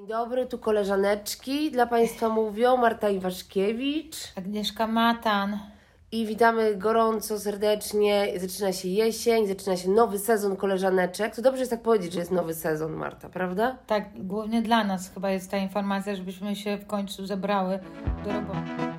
Dzień dobry, tu koleżaneczki. Dla Państwa mówią Marta Iwaszkiewicz. Agnieszka Matan. I witamy gorąco, serdecznie. Zaczyna się jesień, zaczyna się nowy sezon koleżaneczek. To dobrze jest tak powiedzieć, że jest nowy sezon, Marta, prawda? Tak, głównie dla nas chyba jest ta informacja, żebyśmy się w końcu zebrały do roboty.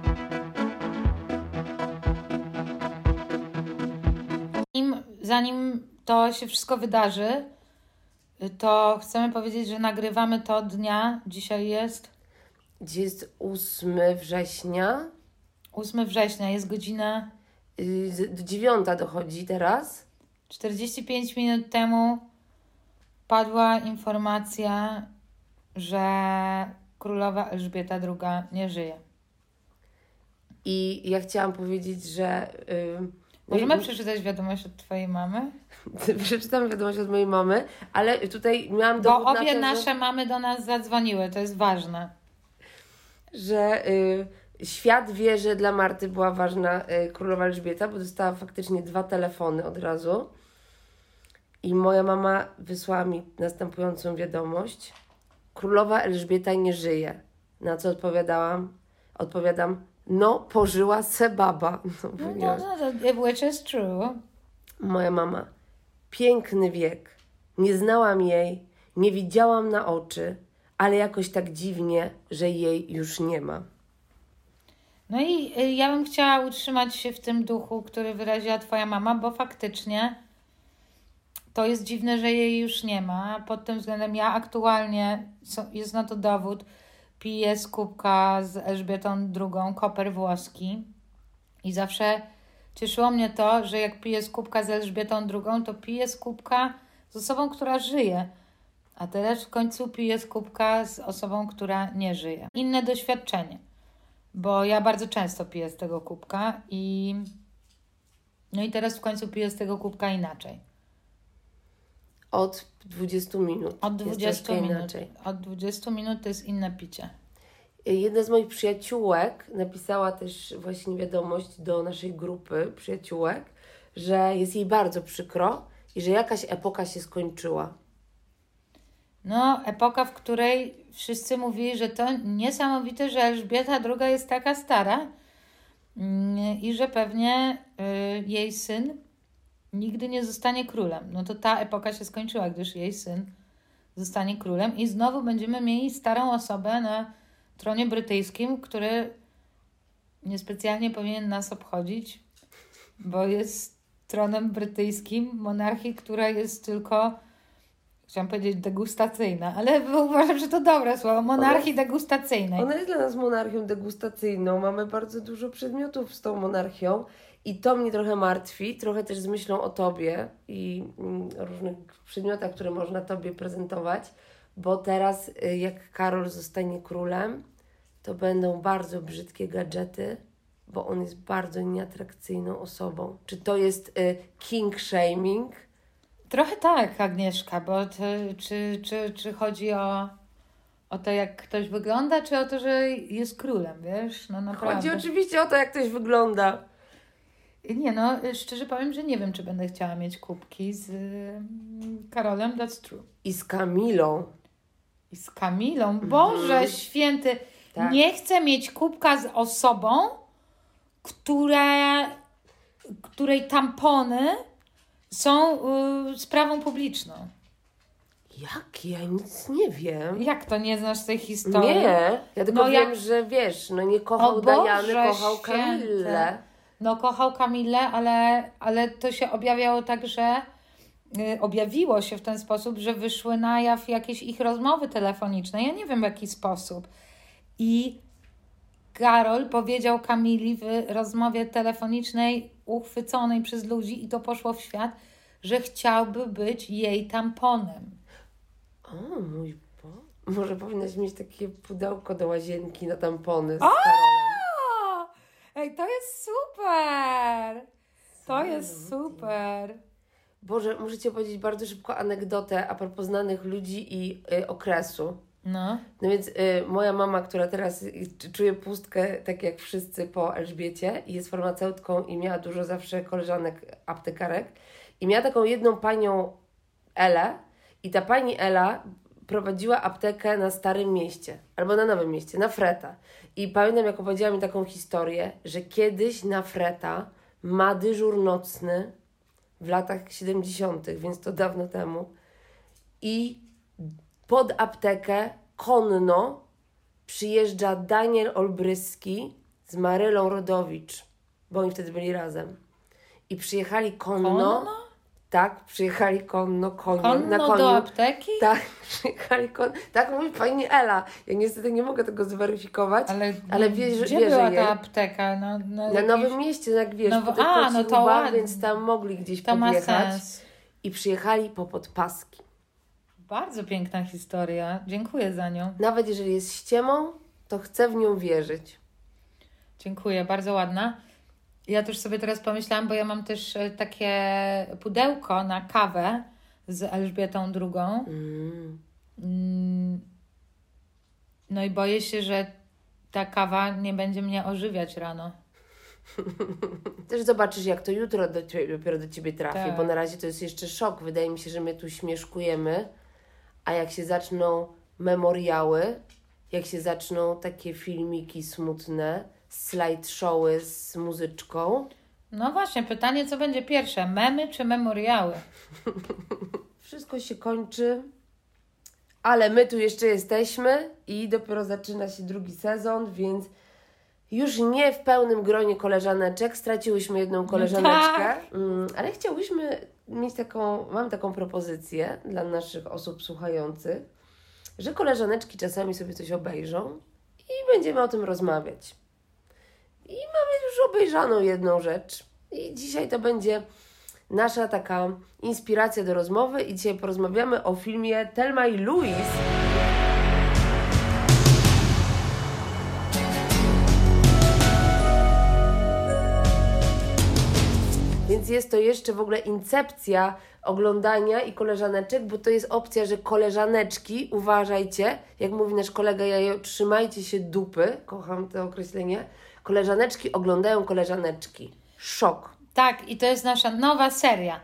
Zanim to się wszystko wydarzy, to chcemy powiedzieć, że nagrywamy to dnia. Dzisiaj jest? Dziś jest 8 września. 8 września, jest godzina... Do 9 dochodzi teraz. 45 minut temu padła informacja, że królowa Elżbieta II nie żyje. I ja chciałam powiedzieć, że... Możemy przeczytać wiadomość od Twojej mamy? Przeczytam wiadomość od mojej mamy, ale tutaj miałam dowód na to, obie nasze mamy do nas zadzwoniły, to jest ważne. Że świat wie, że dla Marty była ważna królowa Elżbieta, bo dostała faktycznie 2 telefony od razu. I moja mama wysłała mi następującą wiadomość. Królowa Elżbieta nie żyje. Na co odpowiadam, no pożyła se baba. Which is true. Moja mama, piękny wiek. Nie znałam jej, nie widziałam na oczy, ale jakoś tak dziwnie, że jej już nie ma. No i ja bym chciała utrzymać się w tym duchu, który wyraziła Twoja mama, bo faktycznie to jest dziwne, że jej już nie ma. Pod tym względem ja aktualnie, jest na to dowód, piję z kubka z Elżbietą II, koper włoski. I zawsze cieszyło mnie to, że jak piję z kubka z Elżbietą II, to piję z kubka z osobą, która żyje. A teraz w końcu piję z kubka z osobą, która nie żyje. Inne doświadczenie, bo ja bardzo często piję z tego kubka no i teraz w końcu piję z tego kubka inaczej. Od 20 minut. Od 20 minut. Inaczej. Od 20 minut to jest inne picie. Jedna z moich przyjaciółek napisała też właśnie wiadomość do naszej grupy przyjaciółek, że jest jej bardzo przykro i że jakaś epoka się skończyła. No, epoka, w której wszyscy mówili, że to niesamowite, że Elżbieta II jest taka stara i że pewnie jej syn nigdy nie zostanie królem. No to ta epoka się skończyła, gdyż jej syn zostanie królem i znowu będziemy mieli starą osobę na tronie brytyjskim, który niespecjalnie powinien nas obchodzić, bo jest tronem brytyjskim monarchii, która jest tylko, chciałam powiedzieć degustacyjna, ale uważam, że to dobre słowo, monarchii degustacyjnej. Ona jest dla nas monarchią degustacyjną, mamy bardzo dużo przedmiotów z tą monarchią i to mnie trochę martwi, trochę też z myślą o Tobie i o różnych przedmiotach, które można Tobie prezentować, bo teraz jak Karol zostanie królem, to będą bardzo brzydkie gadżety, bo on jest bardzo nieatrakcyjną osobą. Czy to jest king shaming? Trochę tak, Agnieszka, bo czy chodzi o to, jak ktoś wygląda, czy o to, że jest królem, wiesz? No naprawdę. Chodzi oczywiście o to, jak ktoś wygląda. Nie, no szczerze powiem, że nie wiem, czy będę chciała mieć kubki z Karolem, that's true. I z Kamilą. I z Kamilą? Boże święty! Tak. Nie chcę mieć kubka z osobą, której tampony są sprawą publiczną. Jak? Ja nic nie wiem. Jak to, nie znasz tej historii? Nie, ja tylko wiem, że wiesz, no nie kochał Diany, kochał Kamillę. No kochał Kamillę, ale to się objawiało tak, że objawiło się w ten sposób, że wyszły na jaw jakieś ich rozmowy telefoniczne. Ja nie wiem, w jaki sposób. I Karol powiedział Kamili w rozmowie telefonicznej uchwyconej przez ludzi i to poszło w świat, że chciałby być jej tamponem. O mój Boże. Może powinnaś mieć takie pudełko do łazienki na tampony z Karolem. Ej, to jest super! To jest super! Boże, muszę Ci opowiedzieć bardzo szybko anegdotę a propos znanych ludzi i okresu. No więc moja mama, która teraz czuje pustkę, tak jak wszyscy po Elżbiecie i jest farmaceutką i miała dużo zawsze koleżanek aptekarek i miała taką jedną panią Elę i ta pani Ela prowadziła aptekę na Starym Mieście, albo na Nowym Mieście, na Freta. I pamiętam, jak opowiedziała mi taką historię, że kiedyś na Freta ma dyżur nocny w latach 70., więc to dawno temu. I pod aptekę konno przyjeżdża Daniel Olbryski z Marylą Rodowicz, bo oni wtedy byli razem. I przyjechali konno? Tak, przyjechali konno na koniu. Do apteki? Tak, przyjechali konno. Tak mówi pani Ela. Ja niestety nie mogę tego zweryfikować, ale gdzie była ta apteka? Na Nowym Mieście, jak wiesz, to ładnie. Więc tam mogli gdzieś podjechać. Ma sens. I przyjechali po podpaski. Bardzo piękna historia. Dziękuję za nią. Nawet jeżeli jest ściemą, to chcę w nią wierzyć. Dziękuję, bardzo ładna. Ja też sobie teraz pomyślałam, bo ja mam też takie pudełko na kawę z Elżbietą II. No i boję się, że ta kawa nie będzie mnie ożywiać rano. Też zobaczysz, jak to jutro dopiero do Ciebie trafi, tak. Bo na razie to jest jeszcze szok. Wydaje mi się, że my tu śmieszkujemy, a jak się zaczną memoriały, jak się zaczną takie filmiki smutne, slideshowy z muzyczką. No właśnie, pytanie, co będzie pierwsze? Memy czy memoriały? Wszystko się kończy, ale my tu jeszcze jesteśmy i dopiero zaczyna się drugi sezon, więc już nie w pełnym gronie koleżaneczek. Straciłyśmy jedną koleżaneczkę, ale chciałyśmy mieć mam taką propozycję dla naszych osób słuchających, że koleżaneczki czasami sobie coś obejrzą i będziemy o tym rozmawiać. I mamy już obejrzaną jedną rzecz. I dzisiaj to będzie nasza taka inspiracja do rozmowy. I dzisiaj porozmawiamy o filmie Thelma i Louise. Więc jest to jeszcze w ogóle incepcja oglądania i koleżaneczek, bo to jest opcja, że koleżaneczki, uważajcie, jak mówi nasz kolega Jajo, trzymajcie się dupy, kocham to określenie, koleżaneczki oglądają koleżaneczki. Szok. Tak, i to jest nasza nowa seria.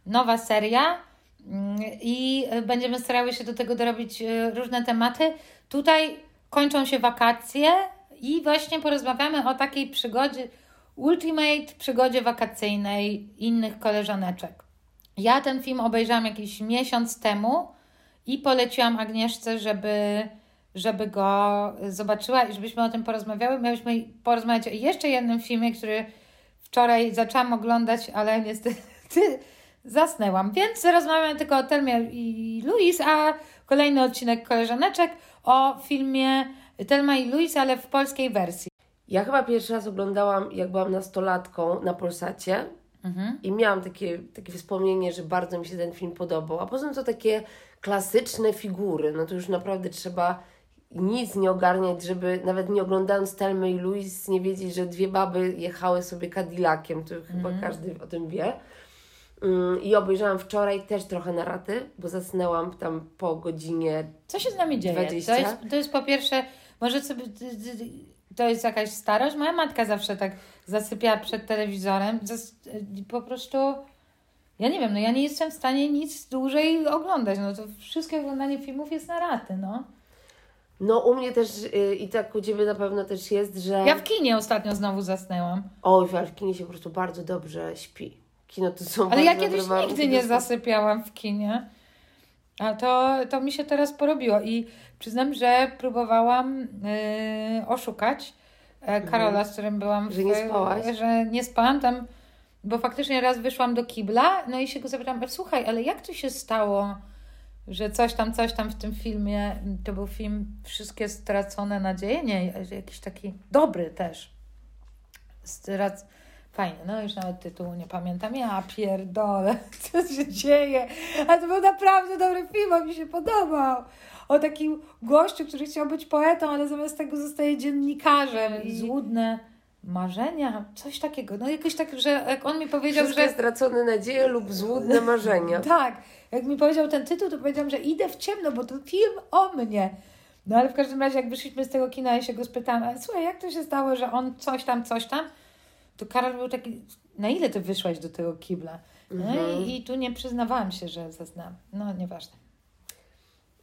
I będziemy starały się do tego dorobić różne tematy. Tutaj kończą się wakacje i właśnie porozmawiamy o takiej przygodzie, ultimate przygodzie wakacyjnej innych koleżaneczek. Ja ten film obejrzałam jakiś miesiąc temu i poleciłam Agnieszce, żeby go zobaczyła i żebyśmy o tym porozmawiały. Miałyśmy porozmawiać o jeszcze jednym filmie, który wczoraj zaczęłam oglądać, ale niestety zasnęłam. Więc rozmawiamy tylko o Thelmie i Louise, a kolejny odcinek koleżaneczek o filmie Thelma i Louise, ale w polskiej wersji. Ja chyba pierwszy raz oglądałam, jak byłam nastolatką na Polsacie i miałam takie wspomnienie, że bardzo mi się ten film podobał. A poza tym to takie klasyczne figury. No to już naprawdę trzeba nic nie ogarniać, żeby nawet nie oglądając Thelmy i Louise nie wiedzieć, że dwie baby jechały sobie Cadillaciem. To chyba każdy o tym wie. I obejrzałam wczoraj też trochę na raty, bo zasnęłam tam po godzinie. Co się z nami dzieje? 20? To jest po pierwsze, może sobie... To jest jakaś starość. Moja matka zawsze tak zasypiała przed telewizorem. Po prostu, ja nie wiem, ja nie jestem w stanie nic dłużej oglądać. No to wszystkie oglądanie filmów jest na raty, no. No u mnie też i tak u Ciebie na pewno też jest, że... Ja w kinie ostatnio znowu zasnęłam. Oj, ale w kinie się po prostu bardzo dobrze śpi. Kino to są ale ja kiedyś nigdy nie zasypiałam w kinie. A to mi się teraz porobiło i przyznam, że próbowałam oszukać Karola, z którym byłam. Że nie spałaś? Że nie spałam tam, bo faktycznie raz wyszłam do kibla, no i się go zapytałam, słuchaj, ale jak to się stało, że coś tam w tym filmie, to był film Wszystkie stracone nadzieje, nie, jakiś taki dobry też. Fajnie, no już nawet tytułu nie pamiętam. Ja pierdolę, co się dzieje? A to był naprawdę dobry film, on mi się podobał. O takim gościu, który chciał być poetą, ale zamiast tego zostaje dziennikarzem. Złudne marzenia, coś takiego. No jakoś tak, że jak on mi powiedział, Wszystkie stracone nadzieje lub złudne marzenia. Tak, jak mi powiedział ten tytuł, to powiedziałam, że idę w ciemno, bo to film o mnie. No ale w każdym razie, jak wyszliśmy z tego kina i się go spytałam, ale słuchaj, jak to się stało, że on coś tam, to Karol był taki, na ile ty wyszłaś do tego kibla? No i tu nie przyznawałam się, że zasnęłam. No, nieważne.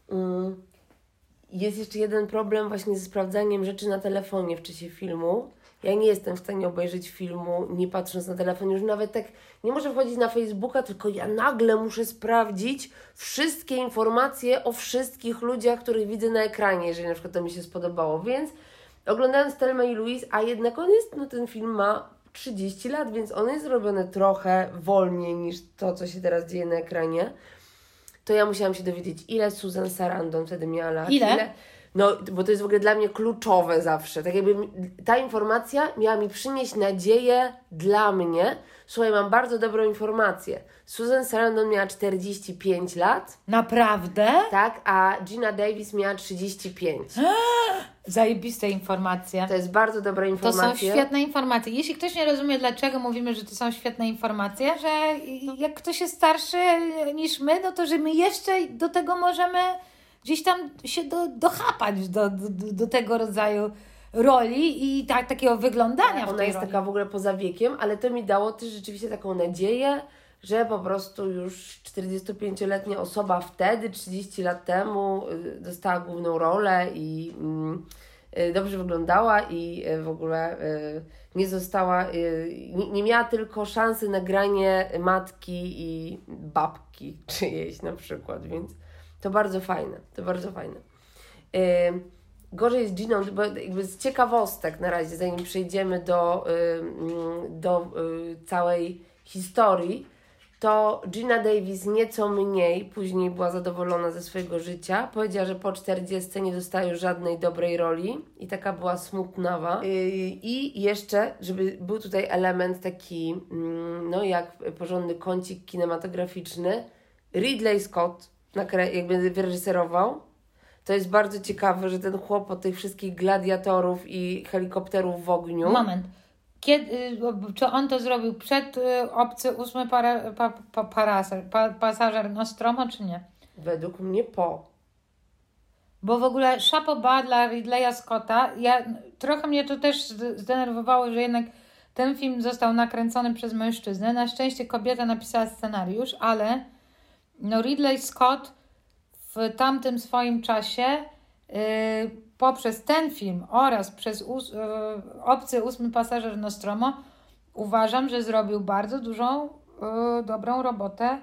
Jest jeszcze jeden problem właśnie ze sprawdzaniem rzeczy na telefonie w czasie filmu. Ja nie jestem w stanie obejrzeć filmu, nie patrząc na telefon. Już nawet tak nie muszę wchodzić na Facebooka, tylko ja nagle muszę sprawdzić wszystkie informacje o wszystkich ludziach, których widzę na ekranie, jeżeli na przykład to mi się spodobało. Więc oglądając Thelmę i Louise, a jednak on jest, ten film ma 30 lat, więc on jest robiony trochę wolniej niż to, co się teraz dzieje na ekranie. To ja musiałam się dowiedzieć, ile Susan Sarandon wtedy miała lat. Ile? No, bo to jest w ogóle dla mnie kluczowe zawsze. Tak jakby ta informacja miała mi przynieść nadzieję dla mnie. Słuchaj, mam bardzo dobrą informację. Susan Sarandon miała 45 lat. Naprawdę? Tak, a Geena Davis miała 35. Zajebiste informacje. To jest bardzo dobra To informacja. są świetne informacje. Jeśli ktoś nie rozumie, dlaczego mówimy, że to są świetne informacje, że jak ktoś jest starszy niż my, no to że my jeszcze do tego możemy gdzieś tam się dochapać do tego rodzaju roli i takiego wyglądania w Ona tej jest roli. taka w ogóle poza wiekiem, ale to mi dało też rzeczywiście taką nadzieję, że po prostu już 45-letnia osoba wtedy, 30 lat temu dostała główną rolę i dobrze wyglądała i w ogóle nie została, nie miała tylko szansy na granie matki i babki czyjejś na przykład, więc to bardzo fajne, to bardzo fajne. Gorzej z Geaną, bo jakby z ciekawostek na razie, zanim przejdziemy do całej historii, to Geena Davis nieco mniej później była zadowolona ze swojego życia. Powiedziała, że po 40 nie dostała już żadnej dobrej roli i taka była smutnawa. I jeszcze, żeby był tutaj element taki, no jak porządny kącik kinematograficzny, Ridley Scott jakby wyreżyserował. To jest bardzo ciekawe, że ten chłop od tych wszystkich gladiatorów i helikopterów w ogniu. Moment. Czy on to zrobił przed Obcy 8 pasażer Nostromo, czy nie? Według mnie po. Bo w ogóle chapeau bas dla Ridleya Scotta. Trochę mnie to też zdenerwowało, że jednak ten film został nakręcony przez mężczyznę. Na szczęście kobieta napisała scenariusz, ale no Ridley Scott w tamtym swoim czasie poprzez ten film oraz przez Obcy 8 pasażer Nostromo uważam, że zrobił bardzo dużą, dobrą robotę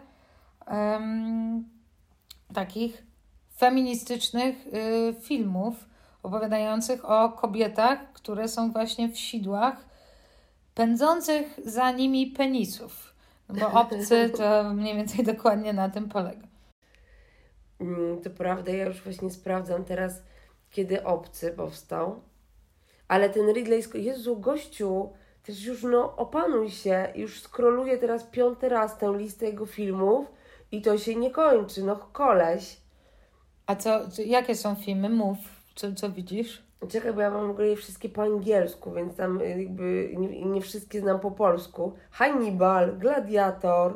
takich feministycznych filmów opowiadających o kobietach, które są właśnie w sidłach pędzących za nimi penisów. Bo Obcy to mniej więcej dokładnie na tym polega. To prawda, ja już właśnie sprawdzam teraz, kiedy Obcy powstał. Ale ten Ridley Scott, Jezu, gościu, też już opanuj się. Już scrolluję teraz 5. raz tę listę jego filmów i to się nie kończy, koleś. A jakie są filmy? Mów, co widzisz? Czekaj, bo ja mam w ogóle je wszystkie po angielsku, więc tam jakby nie wszystkie znam po polsku. Hannibal, Gladiator,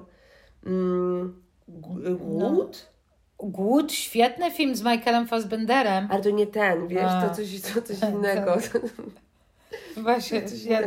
Głód. Głód, świetny film z Michaelem Fassbenderem. Ale to nie ten, wiesz, to coś innego. Właśnie,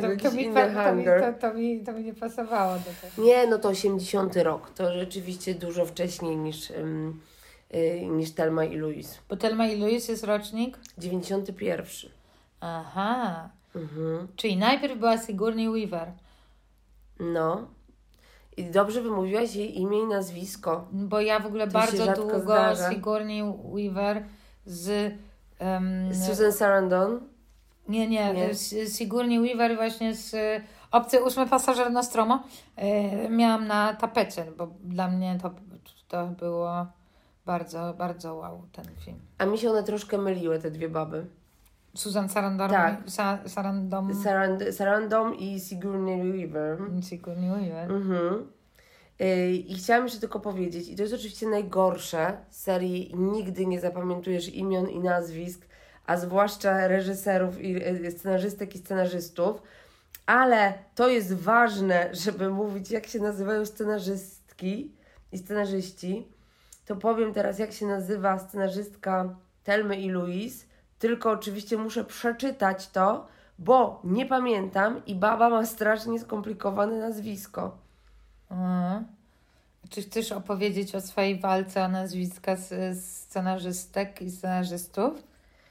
to mi nie pasowało do tego. Nie, to 80 rok. To rzeczywiście dużo wcześniej niż Thelma i Louise. Bo Thelma i Louise jest rocznik? 91. Aha. Czyli najpierw była Sigourney Weaver. No. I dobrze wymówiłaś jej imię i nazwisko. Bo ja w ogóle to bardzo długo zdarza. Sigourney Weaver z Susan Sarandon? Nie. Sigourney Weaver właśnie z Obcy 8 pasażer Nostromo miałam na tapecie, bo dla mnie to było bardzo, bardzo wow, ten film. A mi się one troszkę myliły, te dwie baby. Susan Sarandon. Tak. Sarandon i Sigourney Weaver. Sigourney Weaver. I chciałam jeszcze tylko powiedzieć, i to jest oczywiście najgorsze z serii, nigdy nie zapamiętujesz imion i nazwisk, a zwłaszcza reżyserów i scenarzystek i scenarzystów, ale to jest ważne, żeby mówić, jak się nazywają scenarzystki i scenarzyści. To powiem teraz, jak się nazywa scenarzystka Thelmy i Louise, tylko oczywiście muszę przeczytać to, bo nie pamiętam i baba ma strasznie skomplikowane nazwisko. Czy chcesz opowiedzieć o swojej walce o nazwiska scenarzystek i scenarzystów?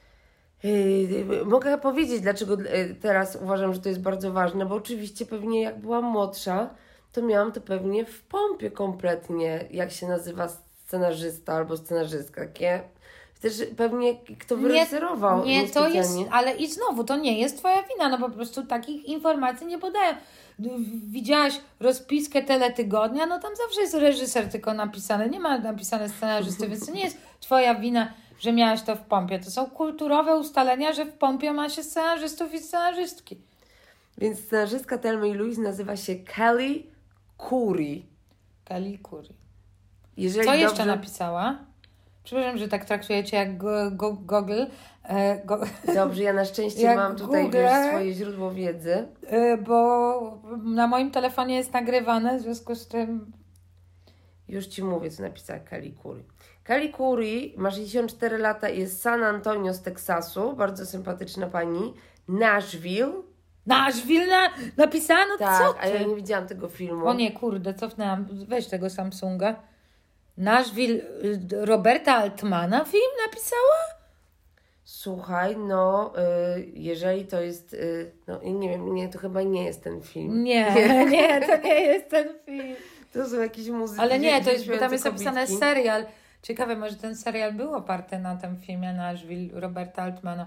Mogę powiedzieć, dlaczego teraz uważam, że to jest bardzo ważne, bo oczywiście pewnie jak byłam młodsza, to miałam to pewnie w pompie kompletnie, jak się nazywa scenarzysta albo scenarzystka. Też pewnie kto wyreżyserował. Nie, to jest, ale i znowu, to nie jest twoja wina, no po prostu takich informacji nie podają. Widziałaś rozpiskę Teletygodnia, no tam zawsze jest reżyser tylko napisany, nie ma napisane scenarzysty, więc to nie jest twoja wina, że miałaś to w pompie. To są kulturowe ustalenia, że w pompie ma się scenarzystów i scenarzystki. Więc scenarzystka Thelma i Louise nazywa się Kelly Khoury. Kelly Khoury. Jeżeli co jeszcze napisała? Przepraszam, że tak traktujecie jak Google. Dobrze, ja na szczęście mam tutaj swoje źródło wiedzy. Bo na moim telefonie jest nagrywane, w związku z tym... Już Ci mówię, co napisała Kelly Khoury. Kelly Khoury ma 64 lata i jest z San Antonio z Teksasu. Bardzo sympatyczna pani. Nashville. Napisano? Tak, co ty? A ja nie widziałam tego filmu. O nie, kurde, cofnęłam. Weź tego Samsunga. Nashville Roberta Altmana film napisała? Słuchaj, jeżeli to jest, nie wiem, to chyba nie jest ten film. Nie, to nie jest ten film. To są jakieś muzyki. Ale nie, to jest, bo tam jest napisane serial. Ciekawe, może ten serial był oparty na tym filmie Nashville Roberta Altmana.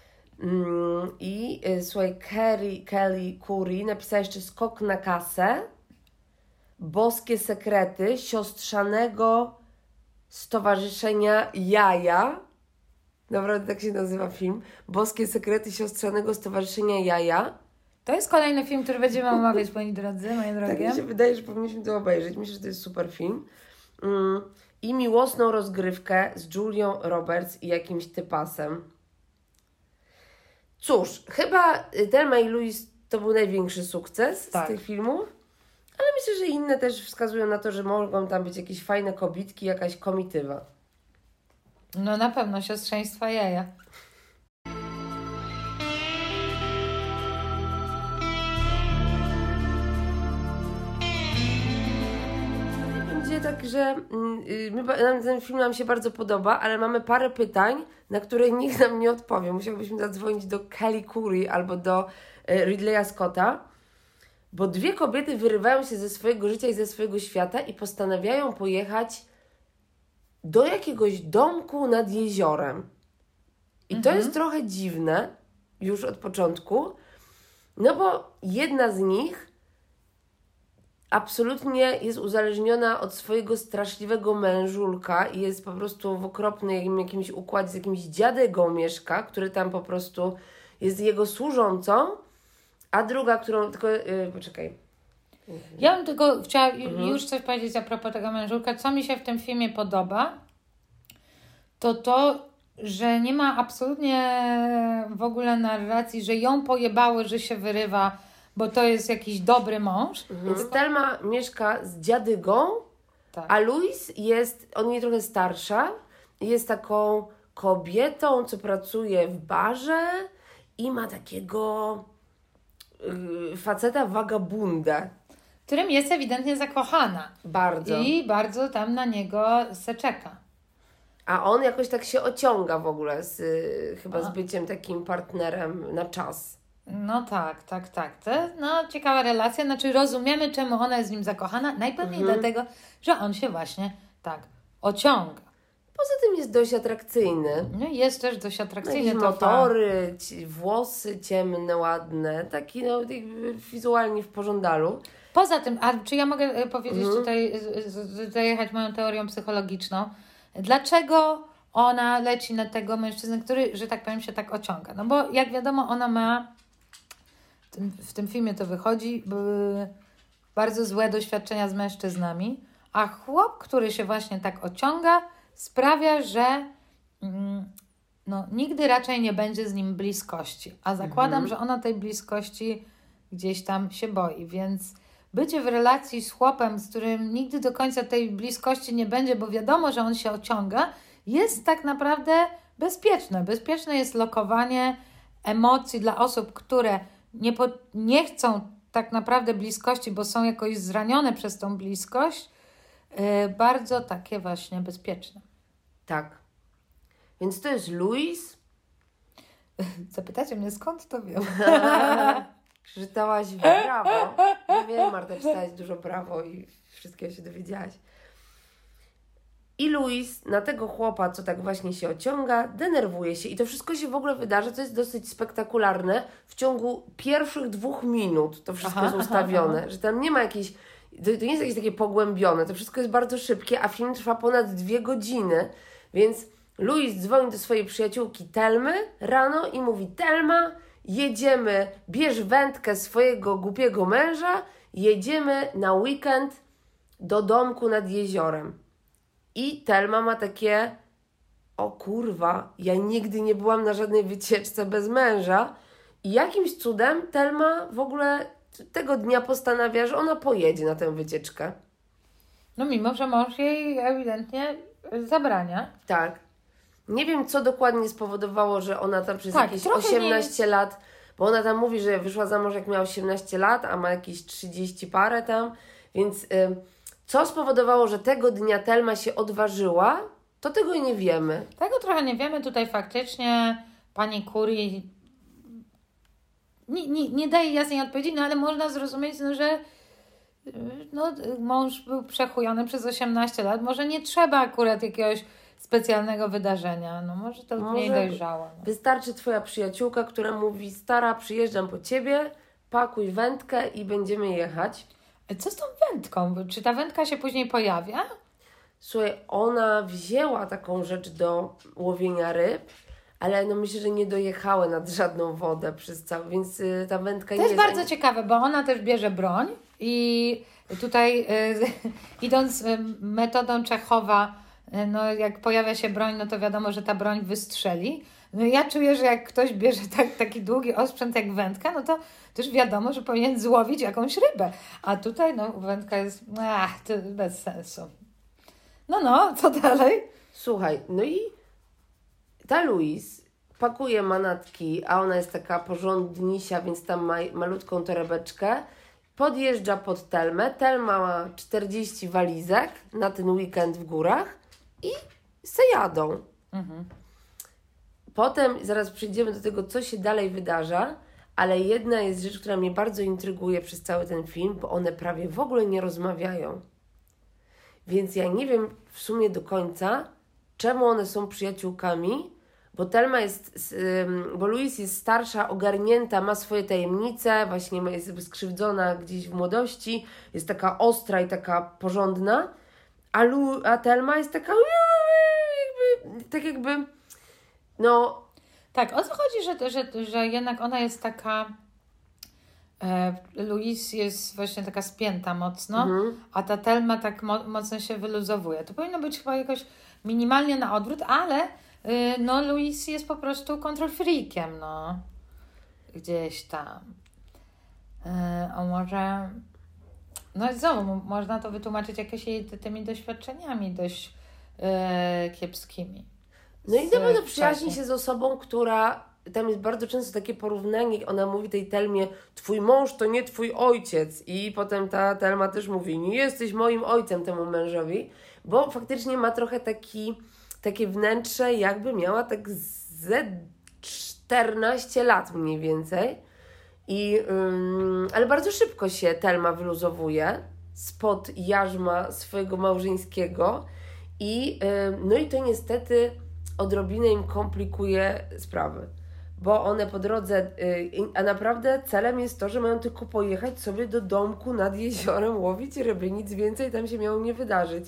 Słuchaj, Kelly Khoury napisała jeszcze Skok na kasę, Boskie sekrety siostrzanego stowarzyszenia Jaja. Naprawdę tak się nazywa film. Boskie sekrety siostrzanego stowarzyszenia Jaja. To jest kolejny film, który będziemy omawiać, moi drodzy, moje drogie. Tak mi się wydaje, że powinniśmy to obejrzeć. Myślę, że to jest super film. I miłosną rozgrywkę z Julią Roberts i jakimś typasem. Cóż, chyba Thelma i Louise to był największy sukces z tych filmów. Ale myślę, że inne też wskazują na to, że mogą tam być jakieś fajne kobitki, jakaś komitywa. No na pewno, siostrzeństwa jaja. Będzie tak, że ten film nam się bardzo podoba, ale mamy parę pytań, na które nikt nam nie odpowie. Musiałbyśmy zadzwonić do Kelly Khoury albo do Ridleya Scotta, bo dwie kobiety wyrywają się ze swojego życia i ze swojego świata i postanawiają pojechać do jakiegoś domku nad jeziorem. I to jest trochę dziwne już od początku, no bo jedna z nich absolutnie jest uzależniona od swojego straszliwego mężulka i jest po prostu w okropnym jakimś układzie z jakimś dziadygą mieszka, który tam po prostu jest jego służącą, a druga, którą tylko... poczekaj. Ja bym tylko chciała już coś powiedzieć a propos tego mężulka. Co mi się w tym filmie podoba, to, że nie ma absolutnie w ogóle narracji, że ją pojebały, że się wyrywa, bo to jest jakiś dobry mąż. Więc Thelma mieszka z dziadygą, a Louise on jest trochę starsza, jest taką kobietą, co pracuje w barze i ma takiego faceta wagabundę. Którym jest ewidentnie zakochana. Bardzo. I bardzo tam na niego se czeka. A on jakoś tak się ociąga w ogóle chyba z byciem takim partnerem na czas. No tak. To ciekawa relacja. Znaczy rozumiemy, czemu ona jest z nim zakochana. Najpewniej dlatego, że on się właśnie tak ociąga. Poza tym jest dość atrakcyjny. No jest też dość atrakcyjny. Motory, włosy ciemne, ładne. Taki wizualnie w pożądalu. Poza tym, a czy ja mogę powiedzieć tutaj, zajechać moją teorią psychologiczną? Dlaczego ona leci na tego mężczyznę, który, że tak powiem, się tak ociąga? No bo jak wiadomo, ona ma, w tym filmie to wychodzi, bardzo złe doświadczenia z mężczyznami, a chłop, który się właśnie tak ociąga, sprawia, że nigdy raczej nie będzie z nim bliskości. A zakładam, że ona tej bliskości gdzieś tam się boi, więc bycie w relacji z chłopem, z którym nigdy do końca tej bliskości nie będzie, bo wiadomo, że on się ociąga, jest tak naprawdę bezpieczne. Bezpieczne jest lokowanie emocji dla osób, które nie chcą tak naprawdę bliskości, bo są jakoś zranione przez tą bliskość, bardzo takie właśnie bezpieczne. Tak. Więc to jest Louis. Zapytacie mnie, skąd to wiem? Przeczytałaś Brawo. Ja wiem, Marta, czytałaś dużo Brawo i wszystkiego się dowiedziałaś. I Louis na tego chłopa, co tak właśnie się ociąga, denerwuje się. I to wszystko się w ogóle wydarza, to jest dosyć spektakularne. W ciągu pierwszych 2 minut to wszystko jest ustawione. Że tam nie ma jakiejś... To nie jest jakieś takie pogłębione. To wszystko jest bardzo szybkie, a film trwa ponad 2 godziny. Więc Louis dzwoni do swojej przyjaciółki Telmy rano i mówi: Telma, jedziemy, bierz wędkę swojego głupiego męża, jedziemy na weekend do domku nad jeziorem. I Telma ma takie: o kurwa, ja nigdy nie byłam na żadnej wycieczce bez męża. I jakimś cudem Telma w ogóle tego dnia postanawia, że ona pojedzie na tę wycieczkę. No mimo, że mąż jej ewidentnie zabrania. Tak. Nie wiem, co dokładnie spowodowało, że ona tam przez Tak, jakieś trochę 18 lat, bo ona tam mówi, że wyszła za mąż jak miała 18 lat, a ma jakieś 30 parę tam, więc co spowodowało, że tego dnia Telma się odważyła, to tego nie wiemy. Tego trochę nie wiemy. Tutaj faktycznie pani Curie nie daje jasnej odpowiedzi, no ale można zrozumieć, no, że mąż był przechujony przez 18 lat. Może nie trzeba akurat jakiegoś specjalnego wydarzenia. No może to mniej dojrzała. No. Wystarczy twoja przyjaciółka, która mówi: stara, przyjeżdżam po ciebie, pakuj wędkę i będziemy jechać. Co z tą wędką? Czy ta wędka się później pojawia? Słuchaj, ona wzięła taką rzecz do łowienia ryb, ale no myślę, że nie dojechały nad żadną wodę przez cały, więc ta wędka nie jest... To jest bardzo ciekawe, bo ona też bierze broń i tutaj idąc metodą Czechowa, no jak pojawia się broń, no to wiadomo, że ta broń wystrzeli. No ja czuję, że jak ktoś bierze taki długi osprzęt jak wędka, no to też wiadomo, że powinien złowić jakąś rybę. A tutaj no wędka jest to bez sensu. No, co dalej? Słuchaj, no i ta Louis pakuje manatki, a ona jest taka porządnisia, więc tam ma malutką torebeczkę. Podjeżdża pod Telmę. Telma ma 40 walizek na ten weekend w górach i se jadą. Potem zaraz przejdziemy do tego, co się dalej wydarza, ale jedna jest rzecz, która mnie bardzo intryguje przez cały ten film, bo one prawie w ogóle nie rozmawiają. Więc ja nie wiem w sumie do końca, czemu one są przyjaciółkami, bo Telma jest, bo Louis jest starsza, ogarnięta, ma swoje tajemnice, właśnie jest skrzywdzona gdzieś w młodości, jest taka ostra i taka porządna, a Telma jest taka jakby no... Tak, o co chodzi, że jednak ona jest taka... Louis jest właśnie taka spięta mocno, a ta Telma tak mocno się wyluzowuje. To powinno być chyba jakoś minimalnie na odwrót, ale no Louis jest po prostu control freakiem, no. Gdzieś tam. A może... No i znowu, można to wytłumaczyć jakimiś jej tymi doświadczeniami dość kiepskimi. No i na pewno przyjaźni się z osobą, która... Tam jest bardzo często takie porównanie, ona mówi tej Telmie: twój mąż to nie twój ojciec. I potem ta Telma też mówi: nie jesteś moim ojcem temu mężowi, bo faktycznie ma trochę takie wnętrze, jakby miała tak ze 14 lat mniej więcej. Ale bardzo szybko się Telma wyluzowuje spod jarzma swojego małżeńskiego no i to niestety odrobinę im komplikuje sprawy. Bo one po drodze, a naprawdę celem jest to, że mają tylko pojechać sobie do domku nad jeziorem, łowić ryby, nic więcej tam się miało nie wydarzyć.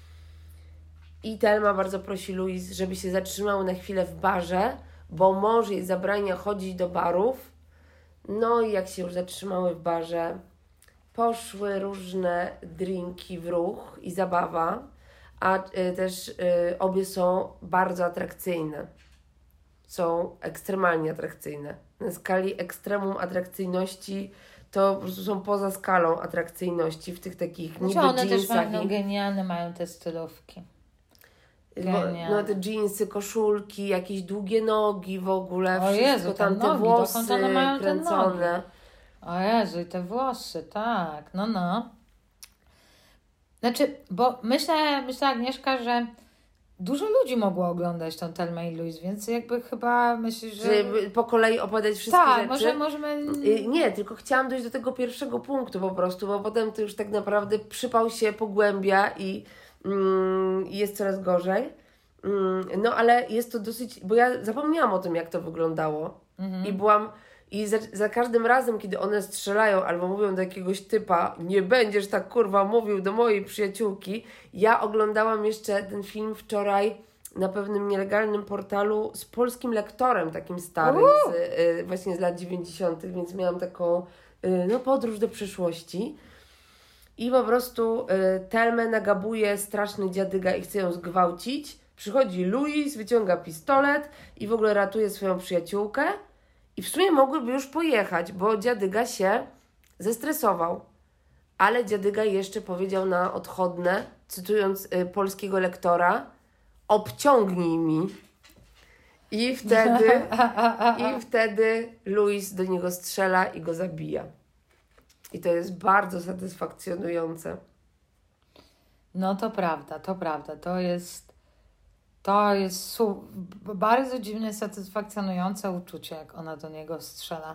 I Telma bardzo prosi Louis, żeby się zatrzymał na chwilę w barze, bo mąż jej zabrania chodzić do barów. No i jak się już zatrzymały w barze, poszły różne drinki w ruch i zabawa, a też obie są bardzo atrakcyjne. Są ekstremalnie atrakcyjne. Na skali ekstremum atrakcyjności to po prostu są poza skalą atrakcyjności w tych takich niby one jeansach. Też mają genialne mają te stylówki. No te jeansy, koszulki, jakieś długie nogi w ogóle, o wszystko Jezu, tam, te nogi, włosy one mają kręcone. O Jezu, i te włosy, tak, no. Znaczy, bo myślę Agnieszka, że dużo ludzi mogło oglądać tą Thelmę i Louise, więc jakby chyba myślę, że... Żeby po kolei opowiadać wszystkie Tak, rzeczy. możemy... Nie, tylko chciałam dojść do tego pierwszego punktu po prostu, bo potem to już tak naprawdę przypał się pogłębia i jest coraz gorzej. No ale jest to dosyć... Bo ja zapomniałam o tym, jak to wyglądało. I byłam... I za każdym razem, kiedy one strzelają albo mówią do jakiegoś typa, nie będziesz tak kurwa mówił do mojej przyjaciółki, ja oglądałam jeszcze ten film wczoraj na pewnym nielegalnym portalu z polskim lektorem, takim starym, właśnie z lat 90., więc miałam taką podróż do przeszłości. I po prostu Thelmę nagabuje straszny dziadyga i chce ją zgwałcić. Przychodzi Louis, wyciąga pistolet i w ogóle ratuje swoją przyjaciółkę. I w sumie mogłyby już pojechać, bo dziadyga się zestresował. Ale dziadyga jeszcze powiedział na odchodne, cytując polskiego lektora, obciągnij mi. I wtedy Louis do niego strzela i go zabija. I to jest bardzo satysfakcjonujące. No to prawda. To jest bardzo dziwne, satysfakcjonujące uczucie, jak ona do niego strzela.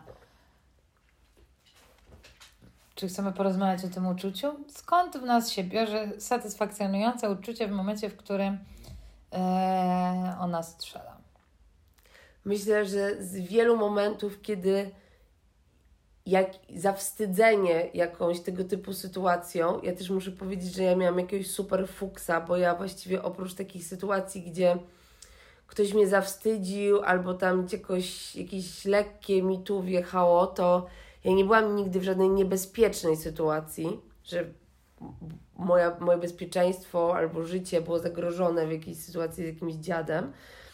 Czy chcemy porozmawiać o tym uczuciu? Skąd w nas się bierze satysfakcjonujące uczucie w momencie, w którym ona strzela? Myślę, że z wielu momentów, kiedy zawstydzenie jakąś tego typu sytuacją, ja też muszę powiedzieć, że ja miałam jakiegoś super fuksa, bo ja właściwie oprócz takich sytuacji, gdzie ktoś mnie zawstydził albo tam jakieś lekkie mi tu wjechało, to ja nie byłam nigdy w żadnej niebezpiecznej sytuacji, że moje bezpieczeństwo albo życie było zagrożone w jakiejś sytuacji z jakimś dziadem.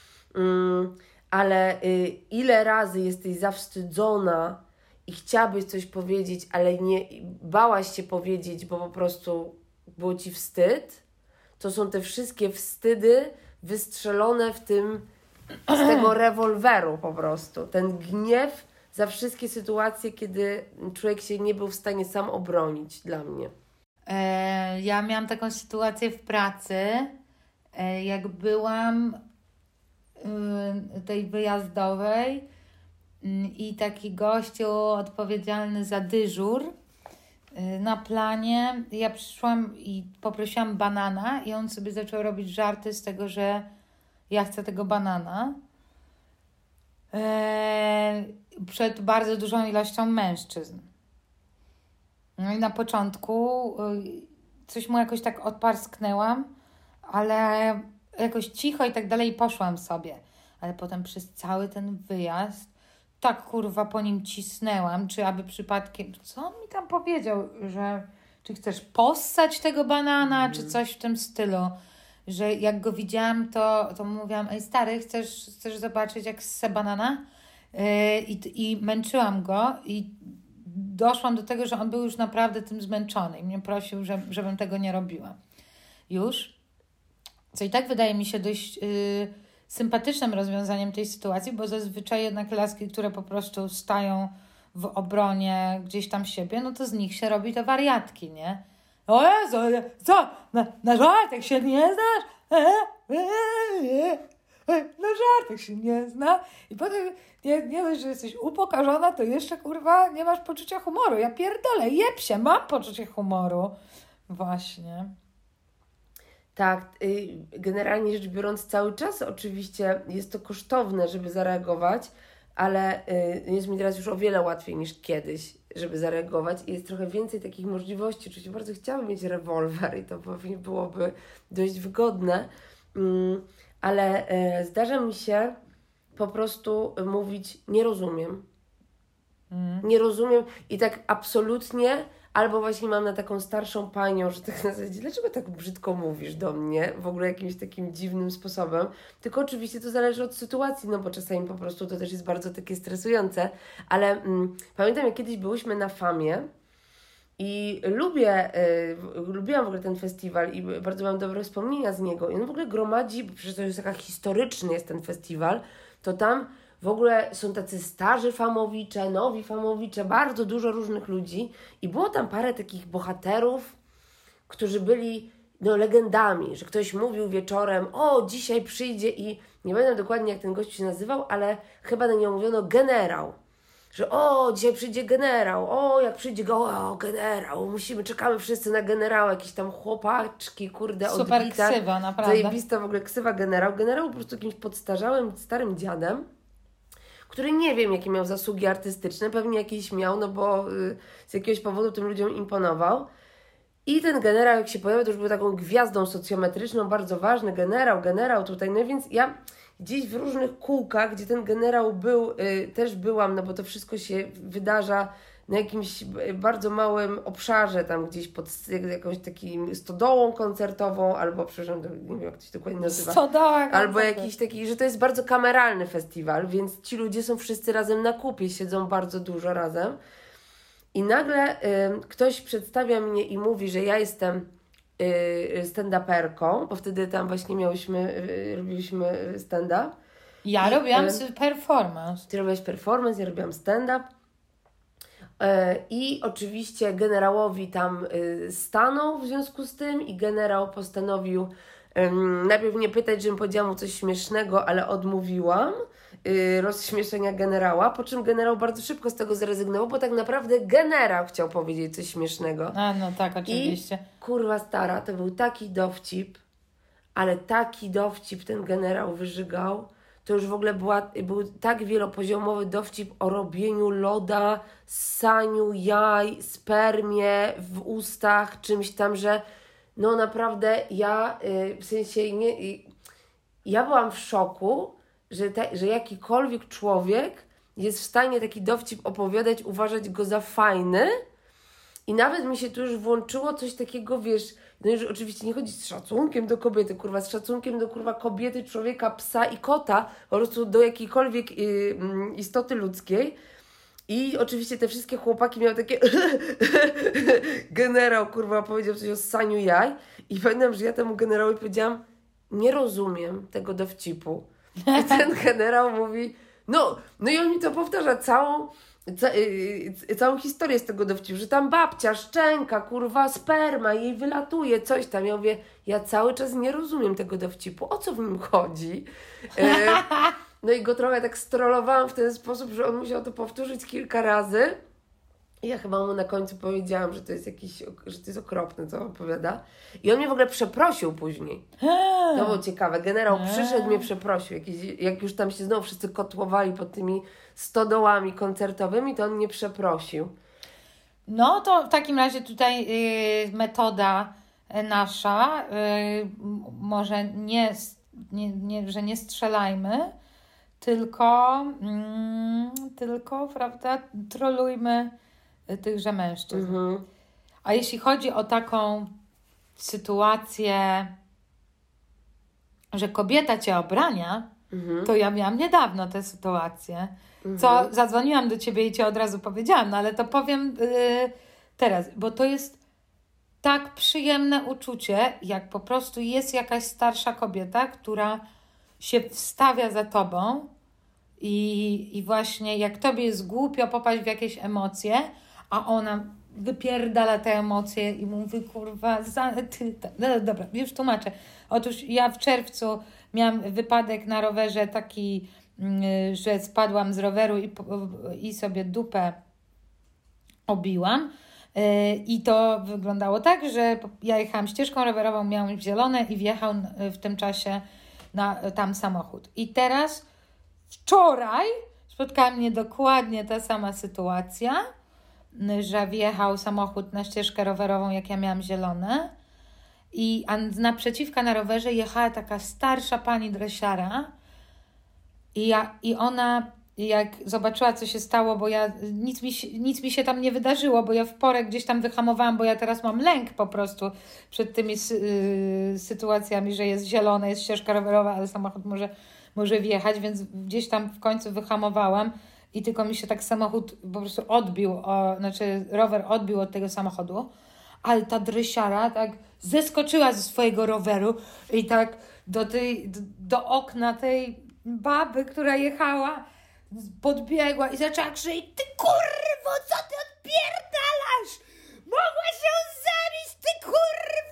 Ale ile razy jesteś zawstydzona i chciałabyś coś powiedzieć, ale nie bałaś się powiedzieć, bo po prostu było ci wstyd, to są te wszystkie wstydy wystrzelone z tego rewolweru po prostu. Ten gniew za wszystkie sytuacje, kiedy człowiek się nie był w stanie sam obronić dla mnie. Ja miałam taką sytuację w pracy, jak byłam tej wyjazdowej i taki gościu odpowiedzialny za dyżur na planie. Ja przyszłam i poprosiłam banana i on sobie zaczął robić żarty z tego, że ja chcę tego banana przed bardzo dużą ilością mężczyzn. No i na początku coś mu jakoś tak odparsknęłam, ale jakoś cicho i tak dalej poszłam sobie. Ale potem przez cały ten wyjazd tak kurwa po nim cisnęłam, czy aby przypadkiem... Co on mi tam powiedział, że czy chcesz possać tego banana, czy coś w tym stylu. Że jak go widziałam, to mówiłam, ej stary, chcesz zobaczyć jak ssę banana? I męczyłam go i doszłam do tego, że on był już naprawdę tym zmęczony i mnie prosił, żebym tego nie robiła. Już. Co i tak wydaje mi się dość sympatycznym rozwiązaniem tej sytuacji, bo zazwyczaj jednak laski, które po prostu stają w obronie gdzieś tam siebie, no to z nich się robi te wariatki, nie? O Jezu, co? Na żartek się nie znasz? Na żartek się nie zna. I potem nie dość, że jesteś upokarzona, to jeszcze kurwa nie masz poczucia humoru. Ja pierdolę, jeb się, mam poczucie humoru. Właśnie. Tak, generalnie rzecz biorąc cały czas oczywiście jest to kosztowne, żeby zareagować, ale jest mi teraz już o wiele łatwiej niż kiedyś, żeby zareagować i jest trochę więcej takich możliwości. Oczywiście bardzo chciałabym mieć rewolwer i to pewnie byłoby dość wygodne, ale zdarza mi się po prostu mówić nie rozumiem. Nie rozumiem i tak absolutnie, albo właśnie mam na taką starszą panią, że tak na zasadzie, dlaczego tak brzydko mówisz do mnie? W ogóle jakimś takim dziwnym sposobem. Tylko oczywiście to zależy od sytuacji, no bo czasami po prostu to też jest bardzo takie stresujące, ale pamiętam jak kiedyś byłyśmy na Famie i lubiłam w ogóle ten festiwal i bardzo mam dobre wspomnienia z niego. I on w ogóle gromadzi, bo przecież to jest taka historyczny jest ten festiwal, to tam w ogóle są tacy starzy famowicze, nowi famowicze, bardzo dużo różnych ludzi i było tam parę takich bohaterów, którzy byli legendami, że ktoś mówił wieczorem, o, dzisiaj przyjdzie i nie pamiętam dokładnie, jak ten gość się nazywał, ale chyba na nią mówiono generał. Że o, dzisiaj przyjdzie generał, o, jak przyjdzie generał, czekamy wszyscy na generała, jakieś tam chłopaczki, kurde, super odbita. ksywa, naprawdę. Zajebista w ogóle ksywa generał. Generał po prostu jakimś podstarzałym, starym dziadem, który nie wiem, jakie miał zasługi artystyczne, pewnie jakieś miał, no bo z jakiegoś powodu tym ludziom imponował. I ten generał, jak się pojawił, to już był taką gwiazdą socjometryczną, bardzo ważny generał tutaj. No więc ja gdzieś w różnych kółkach, gdzie ten generał był, też byłam, no bo to wszystko się wydarza na jakimś bardzo małym obszarze, tam gdzieś pod jakąś takim stodołą koncertową, albo, przepraszam, nie wiem, jak to się dokładnie nazywa. Albo jakiś taki, że to jest bardzo kameralny festiwal, więc ci ludzie są wszyscy razem na kupie, siedzą bardzo dużo razem. I nagle ktoś przedstawia mnie i mówi, że ja jestem stand-uperką, bo wtedy tam właśnie robiliśmy stand-up. Ja robiłam performance. Ty robiłaś performance, ja robiłam stand-up. I oczywiście generałowi tam stanął w związku z tym i generał postanowił najpierw mnie pytać, żebym powiedziała mu coś śmiesznego, ale odmówiłam rozśmieszenia generała, po czym generał bardzo szybko z tego zrezygnował, bo tak naprawdę generał chciał powiedzieć coś śmiesznego. A no tak, oczywiście. I kurwa stara, to był taki dowcip, ale taki dowcip ten generał wyżygał, to już w ogóle był tak wielopoziomowy dowcip o robieniu loda, ssaniu jaj, spermie w ustach, czymś tam, że no naprawdę ja w sensie ja byłam w szoku, że jakikolwiek człowiek jest w stanie taki dowcip opowiadać, uważać go za fajny i nawet mi się tu już włączyło coś takiego, wiesz, no już oczywiście nie chodzi z szacunkiem do kobiety, kurwa, z szacunkiem do kurwa kobiety, człowieka, psa i kota, po prostu do jakiejkolwiek istoty ludzkiej. I oczywiście te wszystkie chłopaki miały takie generał, kurwa, powiedział coś o ssaniu jaj i pamiętam, że ja temu generałowi powiedziałam, nie rozumiem tego dowcipu. I ten generał mówi, no i on mi to powtarza całą historię z tego dowcipu, że tam babcia, szczęka, kurwa, sperma, jej wylatuje, coś tam. Ja mówię, ja cały czas nie rozumiem tego dowcipu, o co w nim chodzi? No i go trochę tak strollowałam w ten sposób, że on musiał to powtórzyć kilka razy. I ja chyba mu na końcu powiedziałam, że to jest okropne, co opowiada. I on mnie w ogóle przeprosił później. To było ciekawe. Generał przyszedł, mnie przeprosił. Jak już tam się znowu wszyscy kotłowali pod tymi stodołami koncertowymi, to on mnie przeprosił. No to w takim razie tutaj metoda nasza, może że nie strzelajmy, tylko prawda, trolujmy tychże mężczyzn. Mhm. A jeśli chodzi o taką sytuację, że kobieta cię obrania, to ja miałam niedawno tę sytuację. Co zadzwoniłam do ciebie i ci od razu powiedziałam, no ale to powiem teraz, bo to jest tak przyjemne uczucie, jak po prostu jest jakaś starsza kobieta, która się wstawia za tobą i właśnie jak tobie jest głupio popaść w jakieś emocje, a ona wypierdala te emocje i mówi, kurwa, no dobra, już tłumaczę. Otóż ja w czerwcu miałam wypadek na rowerze taki, że spadłam z roweru i sobie dupę obiłam. I to wyglądało tak, że ja jechałam ścieżką rowerową, miałam zielone i wjechał w tym czasie tam samochód. I teraz wczoraj spotkała mnie dokładnie ta sama sytuacja, że wjechał samochód na ścieżkę rowerową, jak ja miałam zielone. A naprzeciwka na rowerze jechała taka starsza pani dresiara i ona, jak zobaczyła, co się stało, bo nic mi się tam nie wydarzyło, bo ja w porę gdzieś tam wyhamowałam, bo ja teraz mam lęk po prostu przed tymi sytuacjami, że jest zielone, jest ścieżka rowerowa, ale samochód może wjechać, więc gdzieś tam w końcu wyhamowałam i tylko mi się tak samochód po prostu rower odbił od tego samochodu, ale ta dresiara tak zeskoczyła ze swojego roweru i tak do okna tej baby, która jechała, podbiegła i zaczęła krzyczeć: ty kurwo, co ty odpierdalasz? Mogłaś ją zabić, ty kurwo!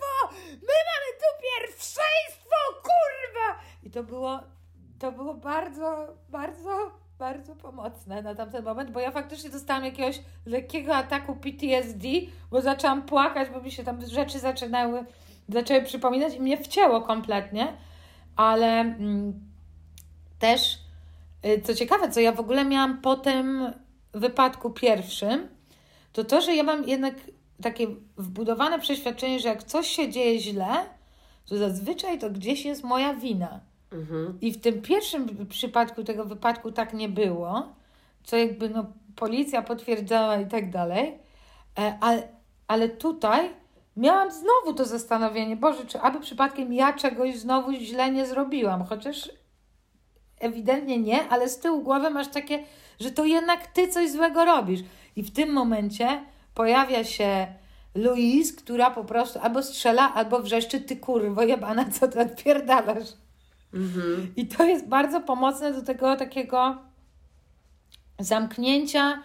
Szaleństwo, kurwa! I to było bardzo, bardzo, bardzo pomocne na tamten moment, bo ja faktycznie dostałam jakiegoś lekkiego ataku PTSD, bo zaczęłam płakać, bo mi się tam rzeczy zaczęły przypominać i mnie wcięło kompletnie, ale też, co ciekawe, co ja w ogóle miałam po tym wypadku pierwszym, to, że ja mam jednak takie wbudowane przeświadczenie, że jak coś się dzieje źle, to zazwyczaj to gdzieś jest moja wina. I w tym pierwszym przypadku tego wypadku tak nie było, co jakby policja potwierdzała i tak dalej, ale tutaj miałam znowu to zastanowienie, Boże, czy aby przypadkiem ja czegoś znowu źle nie zrobiłam, chociaż ewidentnie nie, ale z tyłu głowy masz takie, że to jednak ty coś złego robisz. I w tym momencie pojawia się Louise, która po prostu albo strzela, albo wrzeszczy, ty kurwo jebana, co ty odpierdalasz. I to jest bardzo pomocne do tego takiego zamknięcia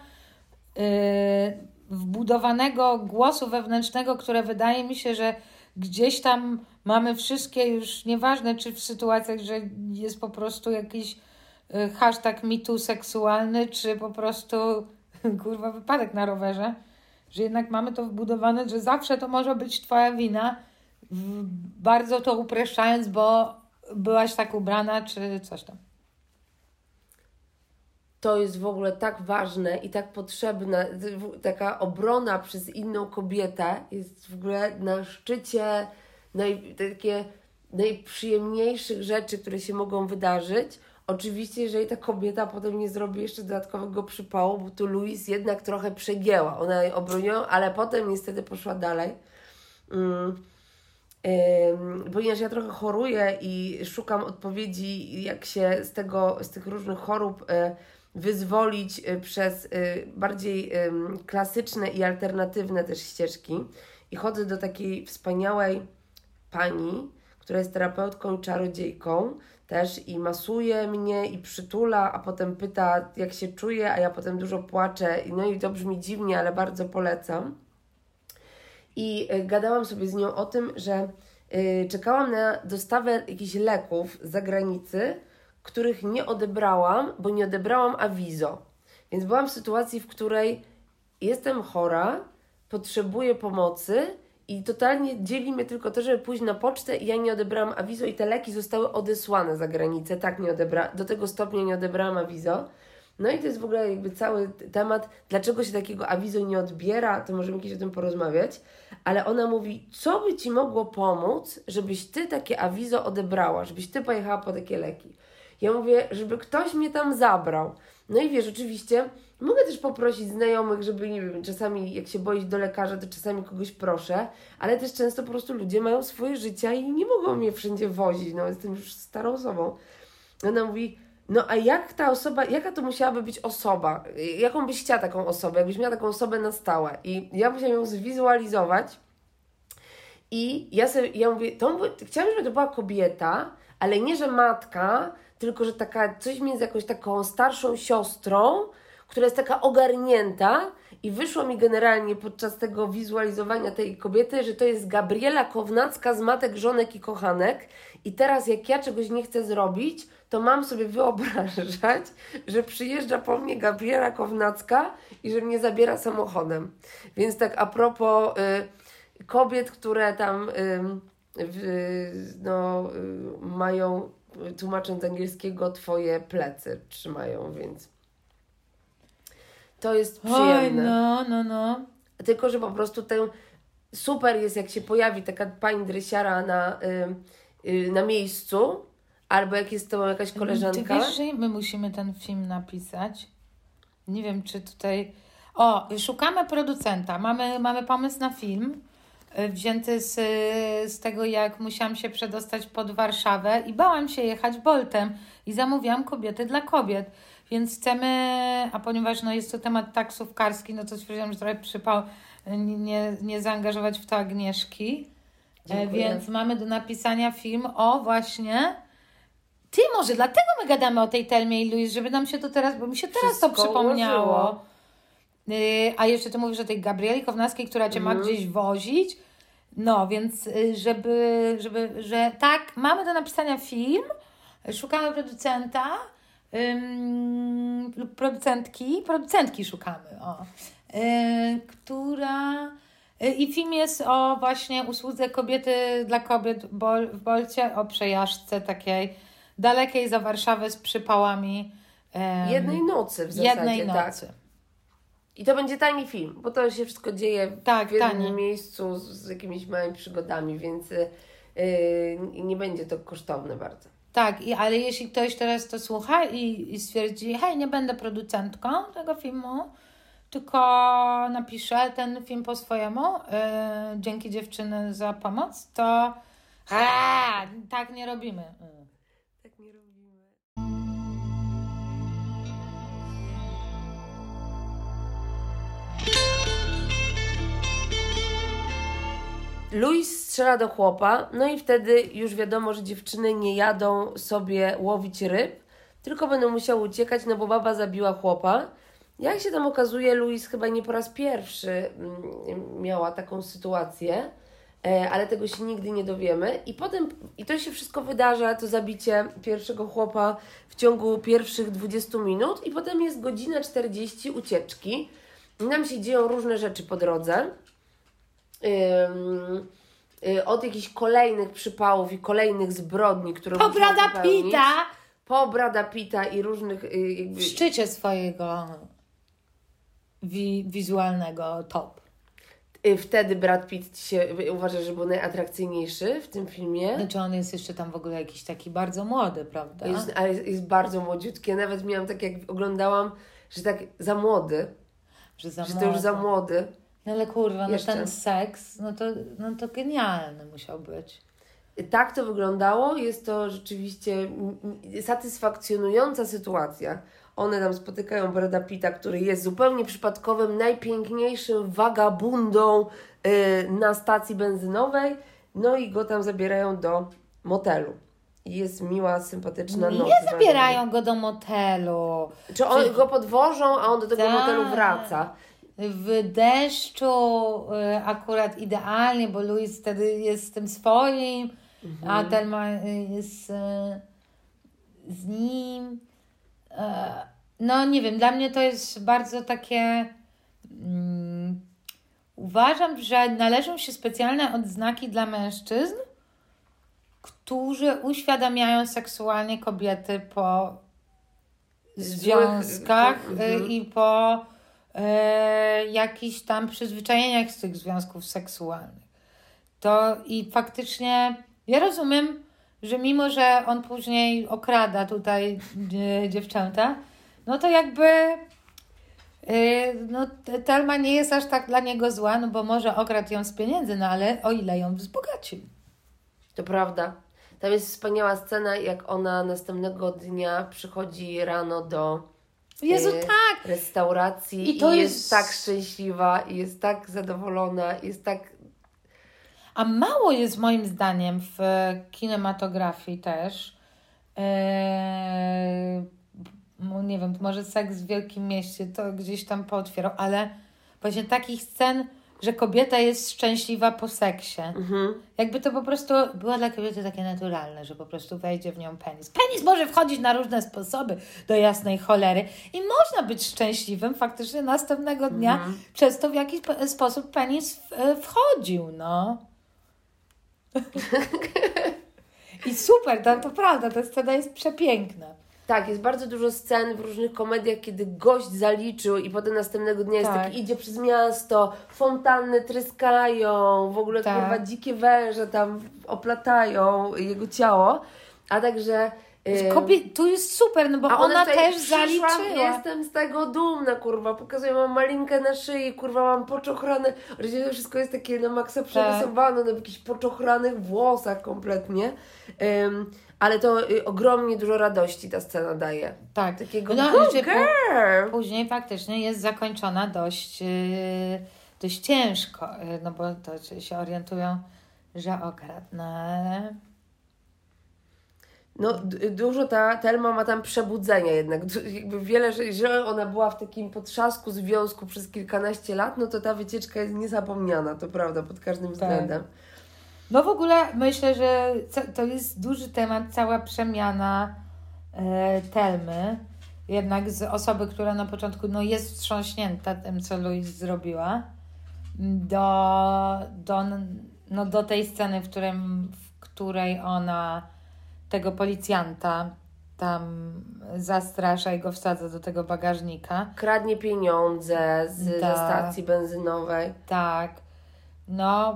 wbudowanego głosu wewnętrznego, które wydaje mi się, że gdzieś tam mamy wszystkie już, nieważne czy w sytuacjach, że jest po prostu jakiś hashtag MeToo seksualny, czy po prostu kurwa wypadek na rowerze, że jednak mamy to wbudowane, że zawsze to może być twoja wina, bardzo to upraszczając, bo byłaś tak ubrana, czy coś tam. To jest w ogóle tak ważne i tak potrzebne. Taka obrona przez inną kobietę jest w ogóle na szczycie takie najprzyjemniejszych rzeczy, które się mogą wydarzyć. Oczywiście, jeżeli ta kobieta potem nie zrobi jeszcze dodatkowego przypału, bo tu Louise jednak trochę przegięła. Ona jej obroniła, ale potem niestety poszła dalej. Ponieważ ja trochę choruję i szukam odpowiedzi, jak się z tych różnych chorób wyzwolić przez bardziej klasyczne i alternatywne też ścieżki. I chodzę do takiej wspaniałej pani, która jest terapeutką i czarodziejką też i masuje mnie i przytula, a potem pyta, jak się czuję, a ja potem dużo płaczę. No i to brzmi dziwnie, ale bardzo polecam. I gadałam sobie z nią o tym, że czekałam na dostawę jakichś leków z zagranicy, których nie odebrałam, bo nie odebrałam awizo. Więc byłam w sytuacji, w której jestem chora, potrzebuję pomocy i totalnie dzieli mnie tylko to, żeby pójść na pocztę i ja nie odebrałam awizo i te leki zostały odesłane za granicę. Tak do tego stopnia nie odebrałam awizo. No i to jest w ogóle jakby cały temat, dlaczego się takiego awizo nie odbiera, to możemy kiedyś o tym porozmawiać, ale ona mówi, co by Ci mogło pomóc, żebyś Ty takie awizo odebrała, żebyś Ty pojechała po takie leki. Ja mówię, żeby ktoś mnie tam zabrał. No i wiesz, oczywiście mogę też poprosić znajomych, żeby, nie wiem, czasami jak się boisz do lekarza, to czasami kogoś proszę, ale też często po prostu ludzie mają swoje życia i nie mogą mnie wszędzie wozić, no jestem już starą osobą. Ona mówi, no a jak ta osoba, jaka to musiałaby być osoba? Jaką byś chciała taką osobę? Jakbyś miała taką osobę na stałe? I ja musiałam ją zwizualizować i ja mówię, chciałabym, żeby to była kobieta, ale nie, że matka, tylko, że taka coś między jakąś taką starszą siostrą, która jest taka ogarnięta i wyszło mi generalnie podczas tego wizualizowania tej kobiety, że to jest Gabriela Kownacka z Matek, Żonek i Kochanek i teraz jak ja czegoś nie chcę zrobić, to mam sobie wyobrażać, że przyjeżdża po mnie Gabriela Kownacka i że mnie zabiera samochodem. Więc tak a propos kobiet, które tam mają, tłumacząc z angielskiego, twoje plecy trzymają, więc to jest przyjemne. Oj, no. Tylko, że po prostu super jest, jak się pojawi taka pani dresiara na miejscu, albo jak jest to jakaś koleżanka. Ty wiesz, że my musimy ten film napisać? Nie wiem, czy tutaj... szukamy producenta. Mamy pomysł na film wzięty z tego, jak musiałam się przedostać pod Warszawę i bałam się jechać Boltem i zamówiłam Kobiety dla kobiet. Więc chcemy, a ponieważ jest to temat taksówkarski, to stwierdziłam, że trochę przypał nie zaangażować w to Agnieszki. Dziękuję. Więc mamy do napisania film o właśnie... Ty, może dlatego my gadamy o tej Telmie i Louise, żeby nam się to teraz, bo mi się teraz wszystko to przypomniało. ułożyło. A jeszcze ty mówisz o tej Gabrieli Kownackiej, która cię ma gdzieś wozić. No, więc że tak, mamy do napisania film, szukamy producenta lub producentki szukamy, która... I film jest o właśnie usłudze kobiety dla kobiet w Bolcie, o przejażdżce takiej dalekiej za Warszawę z przypałami. Jednej nocy w zasadzie. Jednej nocy. Tak. I to będzie tani film, bo to się wszystko dzieje w jednym miejscu z jakimiś małymi przygodami, więc nie będzie to kosztowne bardzo. Tak, ale jeśli ktoś teraz to słucha i stwierdzi, hej, nie będę producentką tego filmu, tylko napiszę ten film po swojemu, dzięki dziewczyny za pomoc, to tak nie robimy. Tak nie robimy. Louis strzela do chłopa, no i wtedy już wiadomo, że dziewczyny nie jadą sobie łowić ryb, tylko będą musiały uciekać, no bo baba zabiła chłopa. Jak się tam okazuje, Louis chyba nie po raz pierwszy miała taką sytuację, ale tego się nigdy nie dowiemy. I to się wszystko wydarza, to zabicie pierwszego chłopa w ciągu pierwszych 20 minut i potem jest godzina 40 ucieczki. I nam się dzieją różne rzeczy po drodze. Od jakichś kolejnych przypałów i kolejnych zbrodni, które po Brada Pitta! Po Brada Pitta i różnych... W szczycie swojego wizualnego top. Wtedy Brad Pitt się uważa, że był najatrakcyjniejszy w tym filmie. Znaczy on jest jeszcze tam w ogóle jakiś taki bardzo młody, prawda? Jest bardzo młodziutki. Ja nawet miałam tak, jak oglądałam, że tak za młody. Że to już za młody. No ale kurwa, no ten seks, no to genialny musiał być. Tak to wyglądało. Jest to rzeczywiście satysfakcjonująca sytuacja. One tam spotykają Brada Pitta, który jest zupełnie przypadkowym, najpiękniejszym wagabundą na stacji benzynowej. No i go tam zabierają do motelu. I jest miła, sympatyczna noc. Nie zabierają go do motelu. Czy go podwożą, a on do tego motelu wraca. W deszczu akurat idealnie, bo Louis wtedy jest z tym swoim, a Thelma jest z nim. No nie wiem, dla mnie to jest bardzo takie... uważam, że należą się specjalne odznaki dla mężczyzn, którzy uświadamiają seksualnie kobiety po związkach i po jakichś tam przyzwyczajeniach z tych związków seksualnych. To i faktycznie ja rozumiem, że mimo, że on później okrada tutaj dziewczęta, no to jakby Thelma nie jest aż tak dla niego zła, no bo może okradł ją z pieniędzy, no ale o ile ją wzbogacił. To prawda. Tam jest wspaniała scena, jak ona następnego dnia przychodzi rano do Jezu, tak! restauracji i jest tak szczęśliwa, i jest tak zadowolona, jest tak... A mało jest moim zdaniem w kinematografii też. Nie wiem, może Seks w Wielkim Mieście to gdzieś tam pootwierał, ale właśnie takich scen, że kobieta jest szczęśliwa po seksie. Jakby to po prostu było dla kobiety takie naturalne, że po prostu wejdzie w nią penis. Penis może wchodzić na różne sposoby do jasnej cholery i można być szczęśliwym faktycznie następnego dnia przez to, w jaki sposób penis wchodził, no. I super, to prawda, ta scena jest przepiękna. Tak, jest bardzo dużo scen w różnych komediach, kiedy gość zaliczył i potem następnego dnia jest taki, idzie przez miasto, fontanny tryskają, w ogóle kurwa dzikie węże tam oplatają jego ciało, a także... Tu jest super, no bo ona też zaliczyła. Jestem z tego dumna, kurwa, pokazuję, mam malinkę na szyi, kurwa, mam poczochrane, oczywiście to wszystko jest takie na maksa przerysowane, na jakichś poczochranych włosach kompletnie, ale to ogromnie dużo radości ta scena daje. Tak. Takiego później faktycznie jest zakończona dość ciężko, no bo to się orientują, że okradł. No dużo ta Thelma ma tam przebudzenia jednak, jakby wiele, że ona była w takim potrzasku związku przez kilkanaście lat, no to ta wycieczka jest niezapomniana, to prawda, pod każdym względem. No w ogóle myślę, że to jest duży temat, cała przemiana Thelmy, jednak z osoby, która na początku jest wstrząśnięta tym, co Louise zrobiła, do tej sceny, w której ona tego policjanta tam zastrasza i go wsadza do tego bagażnika. Kradnie pieniądze ze stacji benzynowej. Tak. No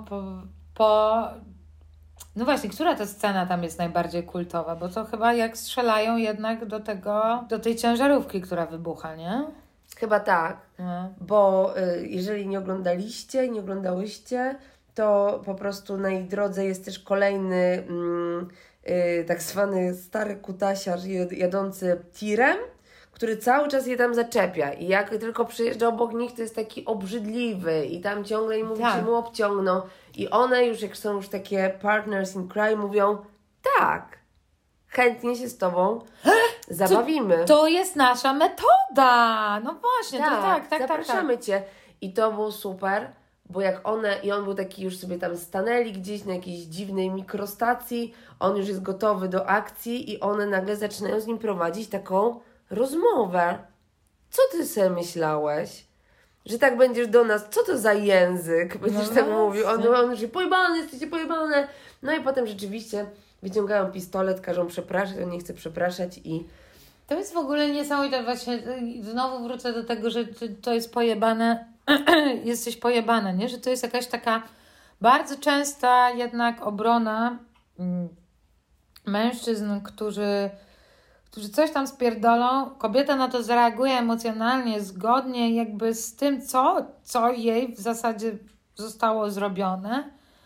właśnie, która ta scena tam jest najbardziej kultowa? Bo to chyba jak strzelają jednak do tej ciężarówki, która wybucha, nie? Chyba tak, bo jeżeli nie oglądałyście, to po prostu na ich drodze jest też kolejny tak zwany stary kutasiarz jadący tirem, który cały czas je tam zaczepia i jak tylko przyjeżdża obok nich, to jest taki obrzydliwy i tam ciągle im mówi, że mu obciągną i one już, jak są już takie partners in crime, mówią tak, chętnie się z tobą zabawimy. To jest nasza metoda! No właśnie, tak. Zapraszamy Cię. I to było super, bo jak on był taki, już sobie tam stanęli gdzieś na jakiejś dziwnej mikrostacji, on już jest gotowy do akcji i one nagle zaczynają z nim prowadzić taką rozmowę. Co ty sobie myślałeś? Że tak będziesz do nas, co to za język? Będziesz tak mówił. On już jest pojebany, jesteście pojebane. No i potem rzeczywiście wyciągają pistolet, każą przepraszać, on nie chce przepraszać i... To jest w ogóle niesamowite. Właśnie znowu wrócę do tego, że to jest pojebane, jesteś pojebane, nie? Że to jest jakaś taka bardzo częsta jednak obrona mężczyzn, którzy coś tam spierdolą, kobieta na to zareaguje emocjonalnie, zgodnie jakby z tym, co jej w zasadzie zostało zrobione,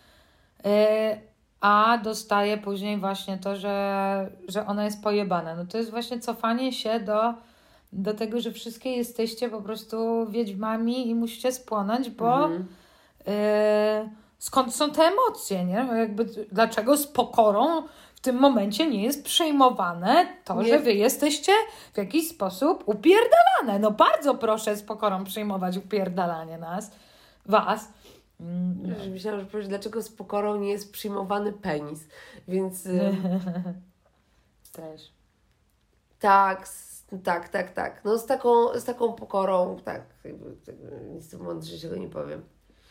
a dostaje później właśnie to, że ona jest pojebana. No to jest właśnie cofanie się do tego, że wszystkie jesteście po prostu wiedźmami i musicie spłonąć, bo skąd są te emocje, nie? Jakby, dlaczego z pokorą w tym momencie nie jest przyjmowane to, że wy jesteście w jakiś sposób upierdalane. No bardzo proszę z pokorą przyjmować upierdalanie was. Myślałam, że powiesz, dlaczego z pokorą nie jest przyjmowany penis. Więc... Też. Tak. No z taką pokorą, tak. Nic mądrzejszego nie powiem.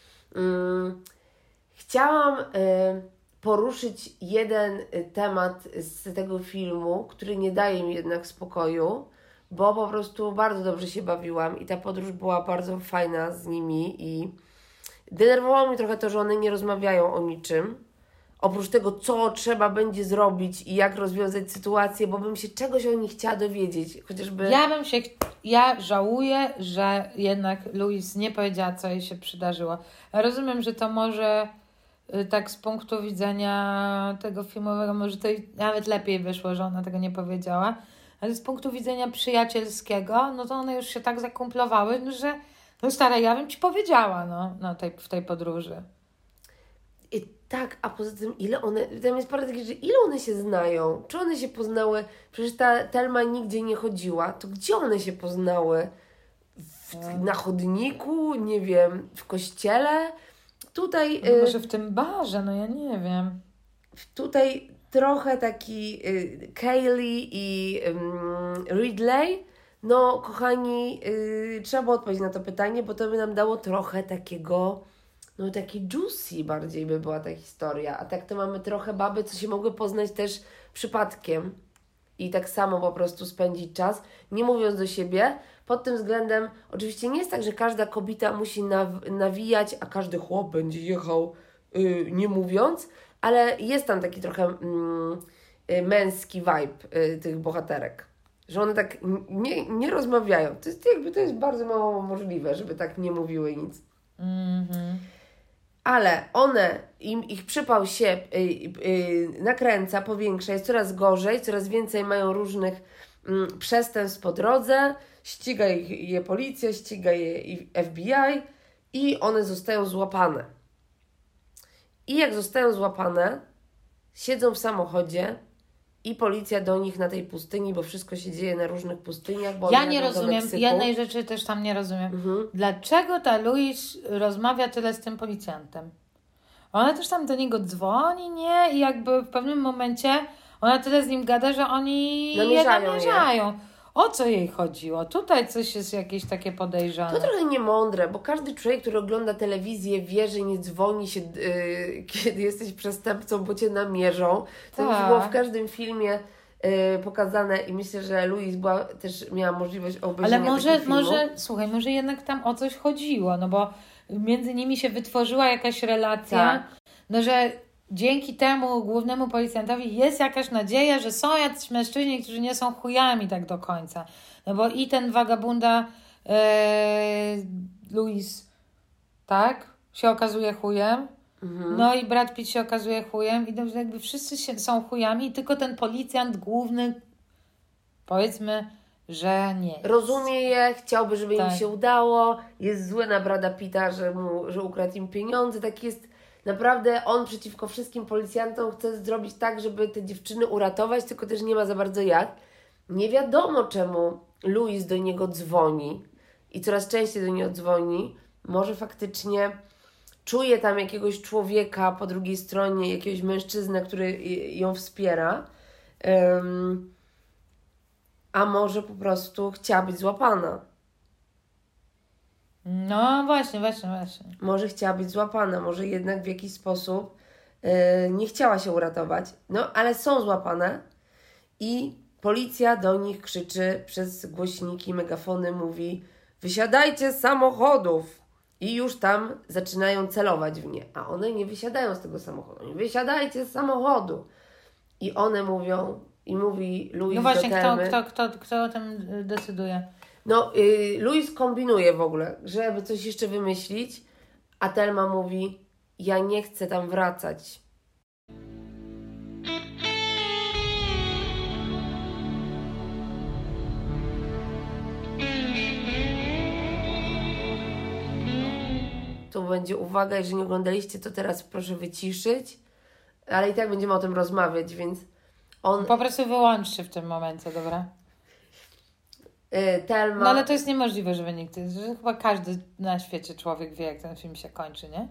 Chciałam poruszyć jeden temat z tego filmu, który nie daje mi jednak spokoju, bo po prostu bardzo dobrze się bawiłam i ta podróż była bardzo fajna z nimi i denerwowało mnie trochę to, że one nie rozmawiają o niczym. Oprócz tego, co trzeba będzie zrobić i jak rozwiązać sytuację, bo bym się czegoś o nich chciała dowiedzieć. Chociażby... Ja żałuję, że jednak Louise nie powiedziała, co jej się przydarzyło. Ja rozumiem, że to może tak z punktu widzenia tego filmowego, może to nawet lepiej wyszło, że ona tego nie powiedziała, ale z punktu widzenia przyjacielskiego, no to one już się tak zakumplowały, że no stara, ja bym ci powiedziała, w tej podróży. Tak, a poza tym tam jest parę takich, że ile one się znają? Czy one się poznały? Przecież ta Thelma nigdzie nie chodziła. To gdzie one się poznały? Na chodniku? Nie wiem, w kościele? Tutaj... może w tym barze, no ja nie wiem. Tutaj trochę taki Kaylee i Ridley. No, kochani, trzeba było odpowiedzieć na to pytanie, bo to by nam dało trochę takiego... No taki juicy bardziej by była ta historia, a tak to mamy trochę baby, co się mogły poznać też przypadkiem i tak samo po prostu spędzić czas, nie mówiąc do siebie. Pod tym względem oczywiście nie jest tak, że każda kobieta musi nawijać, a każdy chłop będzie jechał nie mówiąc, ale jest tam taki trochę męski vibe tych bohaterek, że one tak nie rozmawiają. To jest bardzo mało możliwe, żeby tak nie mówiły nic. Ale ich przypał się nakręca, powiększa, jest coraz gorzej, coraz więcej mają różnych przestępstw po drodze, ściga je policja, ściga je FBI i one zostają złapane. I jak zostają złapane, siedzą w samochodzie i policja do nich na tej pustyni, bo wszystko się dzieje na różnych pustyniach. Bo Ja nie rozumiem, jednej rzeczy też tam nie rozumiem. Dlaczego ta Louise rozmawia tyle z tym policjantem? Ona też tam do niego dzwoni, nie? I jakby w pewnym momencie ona tyle z nim gada, że oni namierzają. O co jej chodziło? Tutaj coś jest jakieś takie podejrzane. To trochę niemądre, bo każdy człowiek, który ogląda telewizję, wie, że nie dzwoni się, kiedy jesteś przestępcą, bo cię namierzą. To już było w każdym filmie pokazane i myślę, że Louise miała możliwość obejrzenia Ale może jednak tam o coś chodziło, no bo między nimi się wytworzyła jakaś relacja, no że dzięki temu głównemu policjantowi jest jakaś nadzieja, że są jacyś mężczyźni, którzy nie są chujami tak do końca. No bo i ten wagabunda Louis, tak? Się okazuje chujem. No i Brad Pitt się okazuje chujem. I jakby wszyscy są chujami i tylko ten policjant główny, powiedzmy, że nie jest. Rozumie je, chciałby, żeby im się udało. Jest zły na Brada Pitta, że ukradł im pieniądze. Tak jest. Naprawdę on przeciwko wszystkim policjantom chce zrobić tak, żeby te dziewczyny uratować, tylko też nie ma za bardzo jak. Nie wiadomo, czemu Louis do niego dzwoni i coraz częściej do niego dzwoni. Może faktycznie czuje tam jakiegoś człowieka po drugiej stronie, jakiegoś mężczyznę, który ją wspiera. A może po prostu chciała być złapana. No właśnie. Może chciała być złapana, może jednak w jakiś sposób nie chciała się uratować. No, ale są złapane i policja do nich krzyczy przez głośniki, megafony, mówi: wysiadajcie z samochodów! I już tam zaczynają celować w nie. A one nie wysiadają z tego samochodu. Nie wysiadajcie z samochodu! I one mówią, i mówi Louis no właśnie, do Thelmy. Kto o tym decyduje? No, Louis kombinuje w ogóle, żeby coś jeszcze wymyślić, a Thelma mówi: ja nie chcę tam wracać. Tu będzie uwaga, jeżeli nie oglądaliście, to teraz proszę wyciszyć, ale i tak będziemy o tym rozmawiać, więc on... Po prostu wyłączcie w tym momencie, dobra? Thelma... No ale to jest niemożliwe, żeby nikt... Że chyba każdy na świecie człowiek wie, jak ten film się kończy, nie?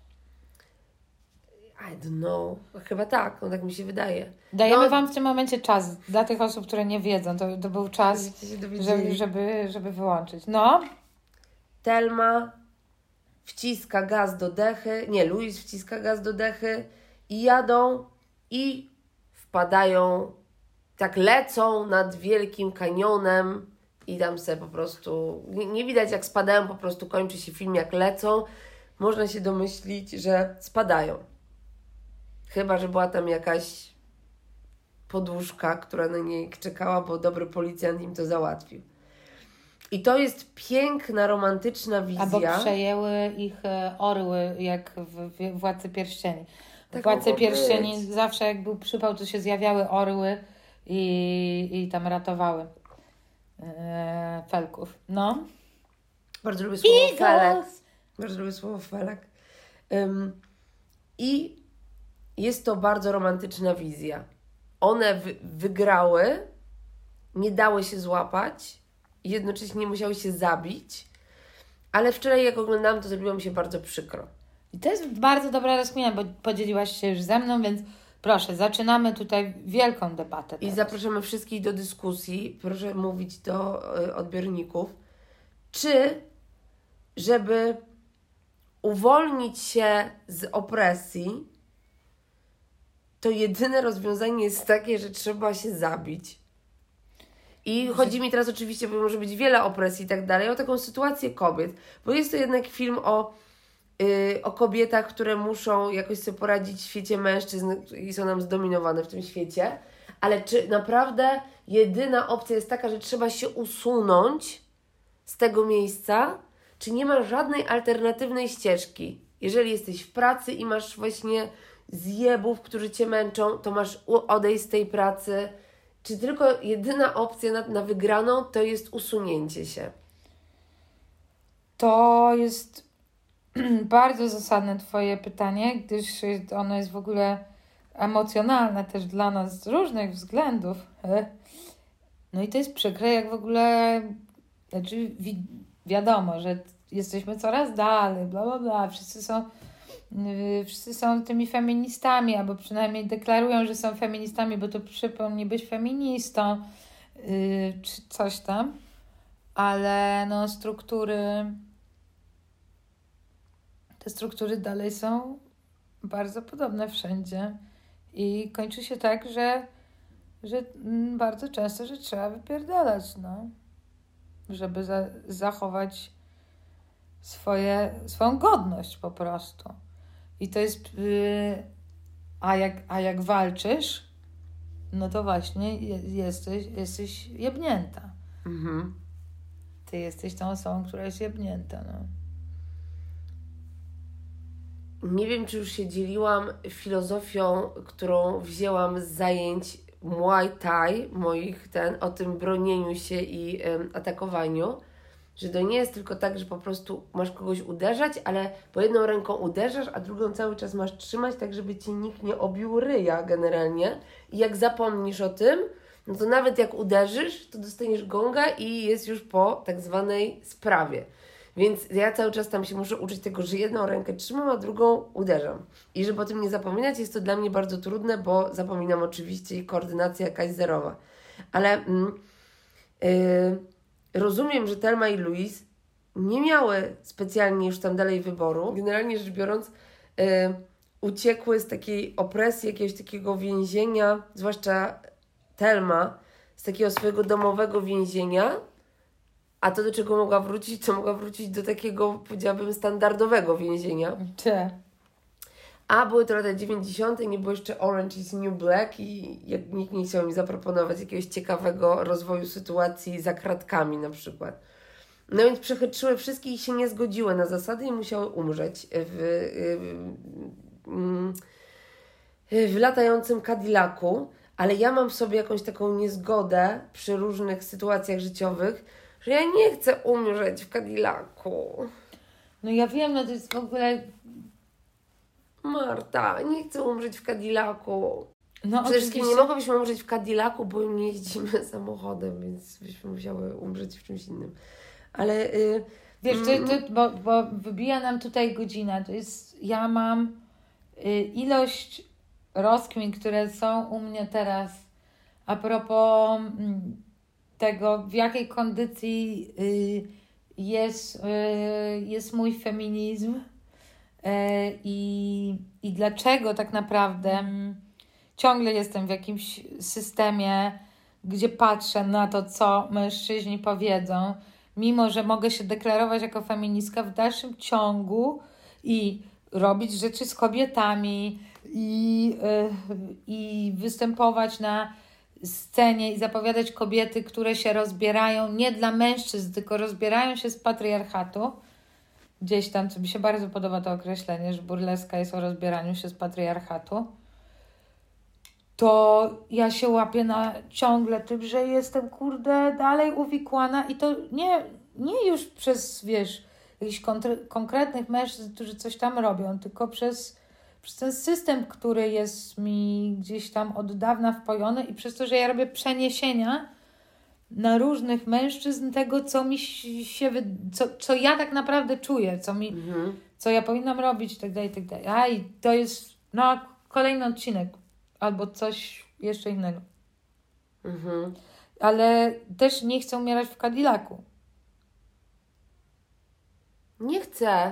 I don't know. Chyba tak, no tak mi się wydaje. Dajemy Wam w tym momencie czas. Dla tych osób, które nie wiedzą, to był czas, żeby wyłączyć. No. Thelma wciska gaz do dechy. Nie, Louis wciska gaz do dechy i jadą i wpadają, tak lecą nad wielkim kanionem i tam se po prostu, nie widać jak spadają, po prostu kończy się film jak lecą. Można się domyślić, że spadają. Chyba że była tam jakaś poduszka, która na niej czekała, bo dobry policjant im to załatwił. I to jest piękna, romantyczna wizja. Albo przejęły ich orły, jak w Władcy Pierścieni. Tak w Władcy Pierścieni zawsze jak był przypał, to się zjawiały orły i tam ratowały felków. No. Bardzo lubię słowo felek. Bardzo lubię słowo felek. I jest to bardzo romantyczna wizja. One wygrały, nie dały się złapać, jednocześnie nie musiały się zabić, ale wczoraj jak oglądałam, to zrobiło mi się bardzo przykro. I to jest bardzo dobra rozkmina, bo podzieliłaś się już ze mną, więc proszę, zaczynamy tutaj wielką debatę. I zapraszamy wszystkich do dyskusji. Proszę mówić do odbiorników, czy żeby uwolnić się z opresji, to jedyne rozwiązanie jest takie, że trzeba się zabić. I chodzi mi teraz oczywiście, bo może być wiele opresji i tak dalej, o taką sytuację kobiet. Bo jest to jednak film o kobietach, które muszą jakoś sobie poradzić w świecie mężczyzn i są nam zdominowane w tym świecie. Ale czy naprawdę jedyna opcja jest taka, że trzeba się usunąć z tego miejsca? Czy nie ma żadnej alternatywnej ścieżki? Jeżeli jesteś w pracy i masz właśnie zjebów, którzy cię męczą, to masz odejść z tej pracy. Czy tylko jedyna opcja na wygraną to jest usunięcie się? To jest bardzo zasadne Twoje pytanie, gdyż ono jest w ogóle emocjonalne też dla nas z różnych względów. No i to jest przykre, jak w ogóle, znaczy wiadomo, że jesteśmy coraz dalej, bla, bla, bla, wszyscy są tymi feministami, albo przynajmniej deklarują, że są feministami, bo to przypomni być feministą, czy coś tam, ale no te struktury dalej są bardzo podobne wszędzie i kończy się tak, że bardzo często, że trzeba wypierdalać, no, żeby zachować swoją godność po prostu. I to jest a jak walczysz, no to właśnie jesteś jebnięta. Mhm. Ty jesteś tą osobą, która jest jebnięta, no. Nie wiem, czy już się dzieliłam filozofią, którą wzięłam z zajęć Muay Thai moich, o tym bronieniu się i atakowaniu, że to nie jest tylko tak, że po prostu masz kogoś uderzać, ale po jedną ręką uderzasz, a drugą cały czas masz trzymać, tak żeby ci nikt nie obił ryja generalnie. I jak zapomnisz o tym, no to nawet jak uderzysz, to dostaniesz gonga i jest już po tak zwanej sprawie. Więc ja cały czas tam się muszę uczyć tego, że jedną rękę trzymam, a drugą uderzam. I żeby o tym nie zapominać, jest to dla mnie bardzo trudne, bo zapominam oczywiście i koordynacja jakaś zerowa. Ale rozumiem, że Thelma i Louise nie miały specjalnie już tam dalej wyboru. Generalnie rzecz biorąc, uciekły z takiej opresji, jakiegoś takiego więzienia, zwłaszcza Thelma, z takiego swojego domowego więzienia, a to, do czego mogła wrócić, to mogła wrócić do takiego, powiedziałabym, standardowego więzienia. A były to lata 90., nie było jeszcze Orange is New Black i nikt nie chciał mi zaproponować jakiegoś ciekawego rozwoju sytuacji za kratkami na przykład. No więc przechytrzyły wszystkie i się nie zgodziły na zasady i musiały umrzeć w latającym Cadillacu. Ale ja mam w sobie jakąś taką niezgodę przy różnych sytuacjach życiowych, że ja nie chcę umrzeć w Cadillacu. No ja wiem, no to jest w ogóle... Marta, nie chcę umrzeć w Cadillacu. No Przede wszystkim nie mogłybyśmy umrzeć w Cadillacu, bo nie jeździmy samochodem, więc byśmy musiały umrzeć w czymś innym. Ale... Wiesz, bo wybija nam tutaj godzina. To jest... Ja mam ilość rozkmin, które są u mnie teraz a propos tego, w jakiej kondycji jest mój feminizm i dlaczego tak naprawdę ciągle jestem w jakimś systemie, gdzie patrzę na to, co mężczyźni powiedzą, mimo że mogę się deklarować jako feministka w dalszym ciągu i robić rzeczy z kobietami i występować na scenie i zapowiadać kobiety, które się rozbierają nie dla mężczyzn, tylko rozbierają się z patriarchatu. Gdzieś tam, co mi się bardzo podoba to określenie, że burleska jest o rozbieraniu się z patriarchatu. To ja się łapię na ciągle tym, że jestem, dalej uwikłana i to nie już przez, jakichś konkretnych mężczyzn, którzy coś tam robią, tylko przez ten system, który jest mi gdzieś tam od dawna wpojony i przez to, że ja robię przeniesienia na różnych mężczyzn tego, co mi się, co ja tak naprawdę czuję, co ja powinnam robić i tak dalej, i tak dalej. A i to jest kolejny odcinek albo coś jeszcze innego. Ale też nie chcę umierać w Cadillacu. Nie chcę.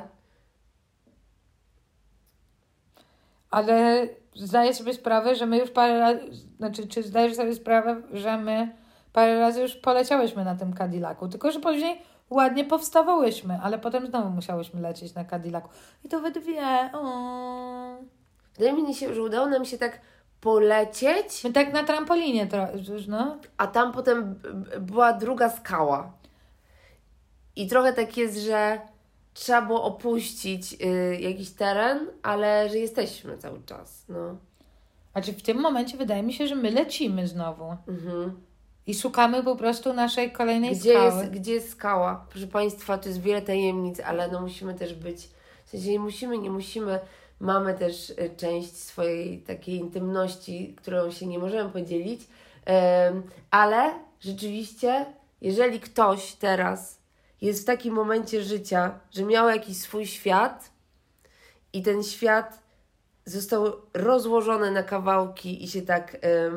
Ale zdaję sobie sprawę, że my już parę razy, czy zdajesz sobie sprawę, że my parę razy już poleciałyśmy na tym Cadillacu, tylko że później ładnie powstawałyśmy, ale potem znowu musiałyśmy lecieć na Cadillacu. I to we dwie. Wydaje mi się, że udało nam się tak polecieć. My tak na trampolinie no. A tam potem była druga skała. I trochę tak jest, że trzeba było opuścić jakiś teren, ale że jesteśmy cały czas, no. Znaczy w tym momencie wydaje mi się, że my lecimy znowu. I szukamy po prostu naszej kolejnej skały. Gdzie jest skała? Proszę Państwa, to jest wiele tajemnic, ale no musimy też być... W sensie nie musimy. mamy też część swojej takiej intymności, którą się nie możemy podzielić, ale rzeczywiście, jeżeli ktoś teraz jest w takim momencie życia, że miał jakiś swój świat i ten świat został rozłożony na kawałki i się tak,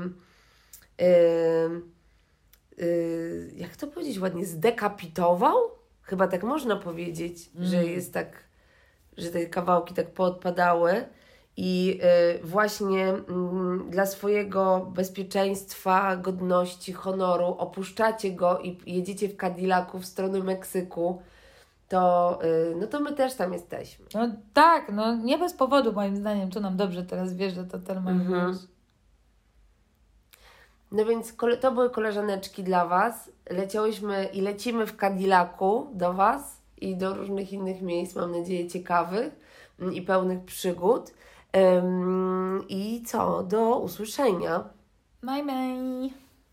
jak to powiedzieć ładnie, zdekapitował? Chyba tak można powiedzieć, że jest tak, że te kawałki tak poodpadały i właśnie dla swojego bezpieczeństwa, godności, honoru opuszczacie go i jedziecie w Cadillacu w stronę Meksyku, to, no to my też tam jesteśmy. No tak, no nie bez powodu moim zdaniem, tu nam dobrze teraz wiesz, że to Telma No więc to były koleżaneczki dla Was. Leciałyśmy i lecimy w Cadillacu do Was i do różnych innych miejsc, mam nadzieję ciekawych i pełnych przygód. I co? Do usłyszenia. Bye, bye.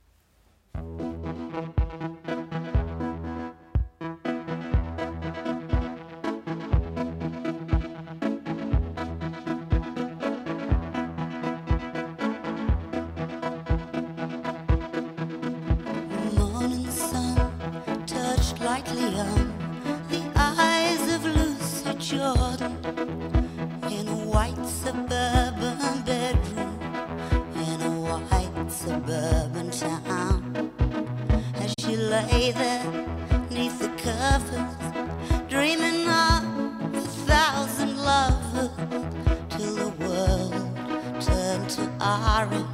Lightly on the eyes of Lucy Jordan in a white suburban bedroom in a white suburban town. As she lay there neath the covers, dreaming of 1,000 lovers, till the world turned to orange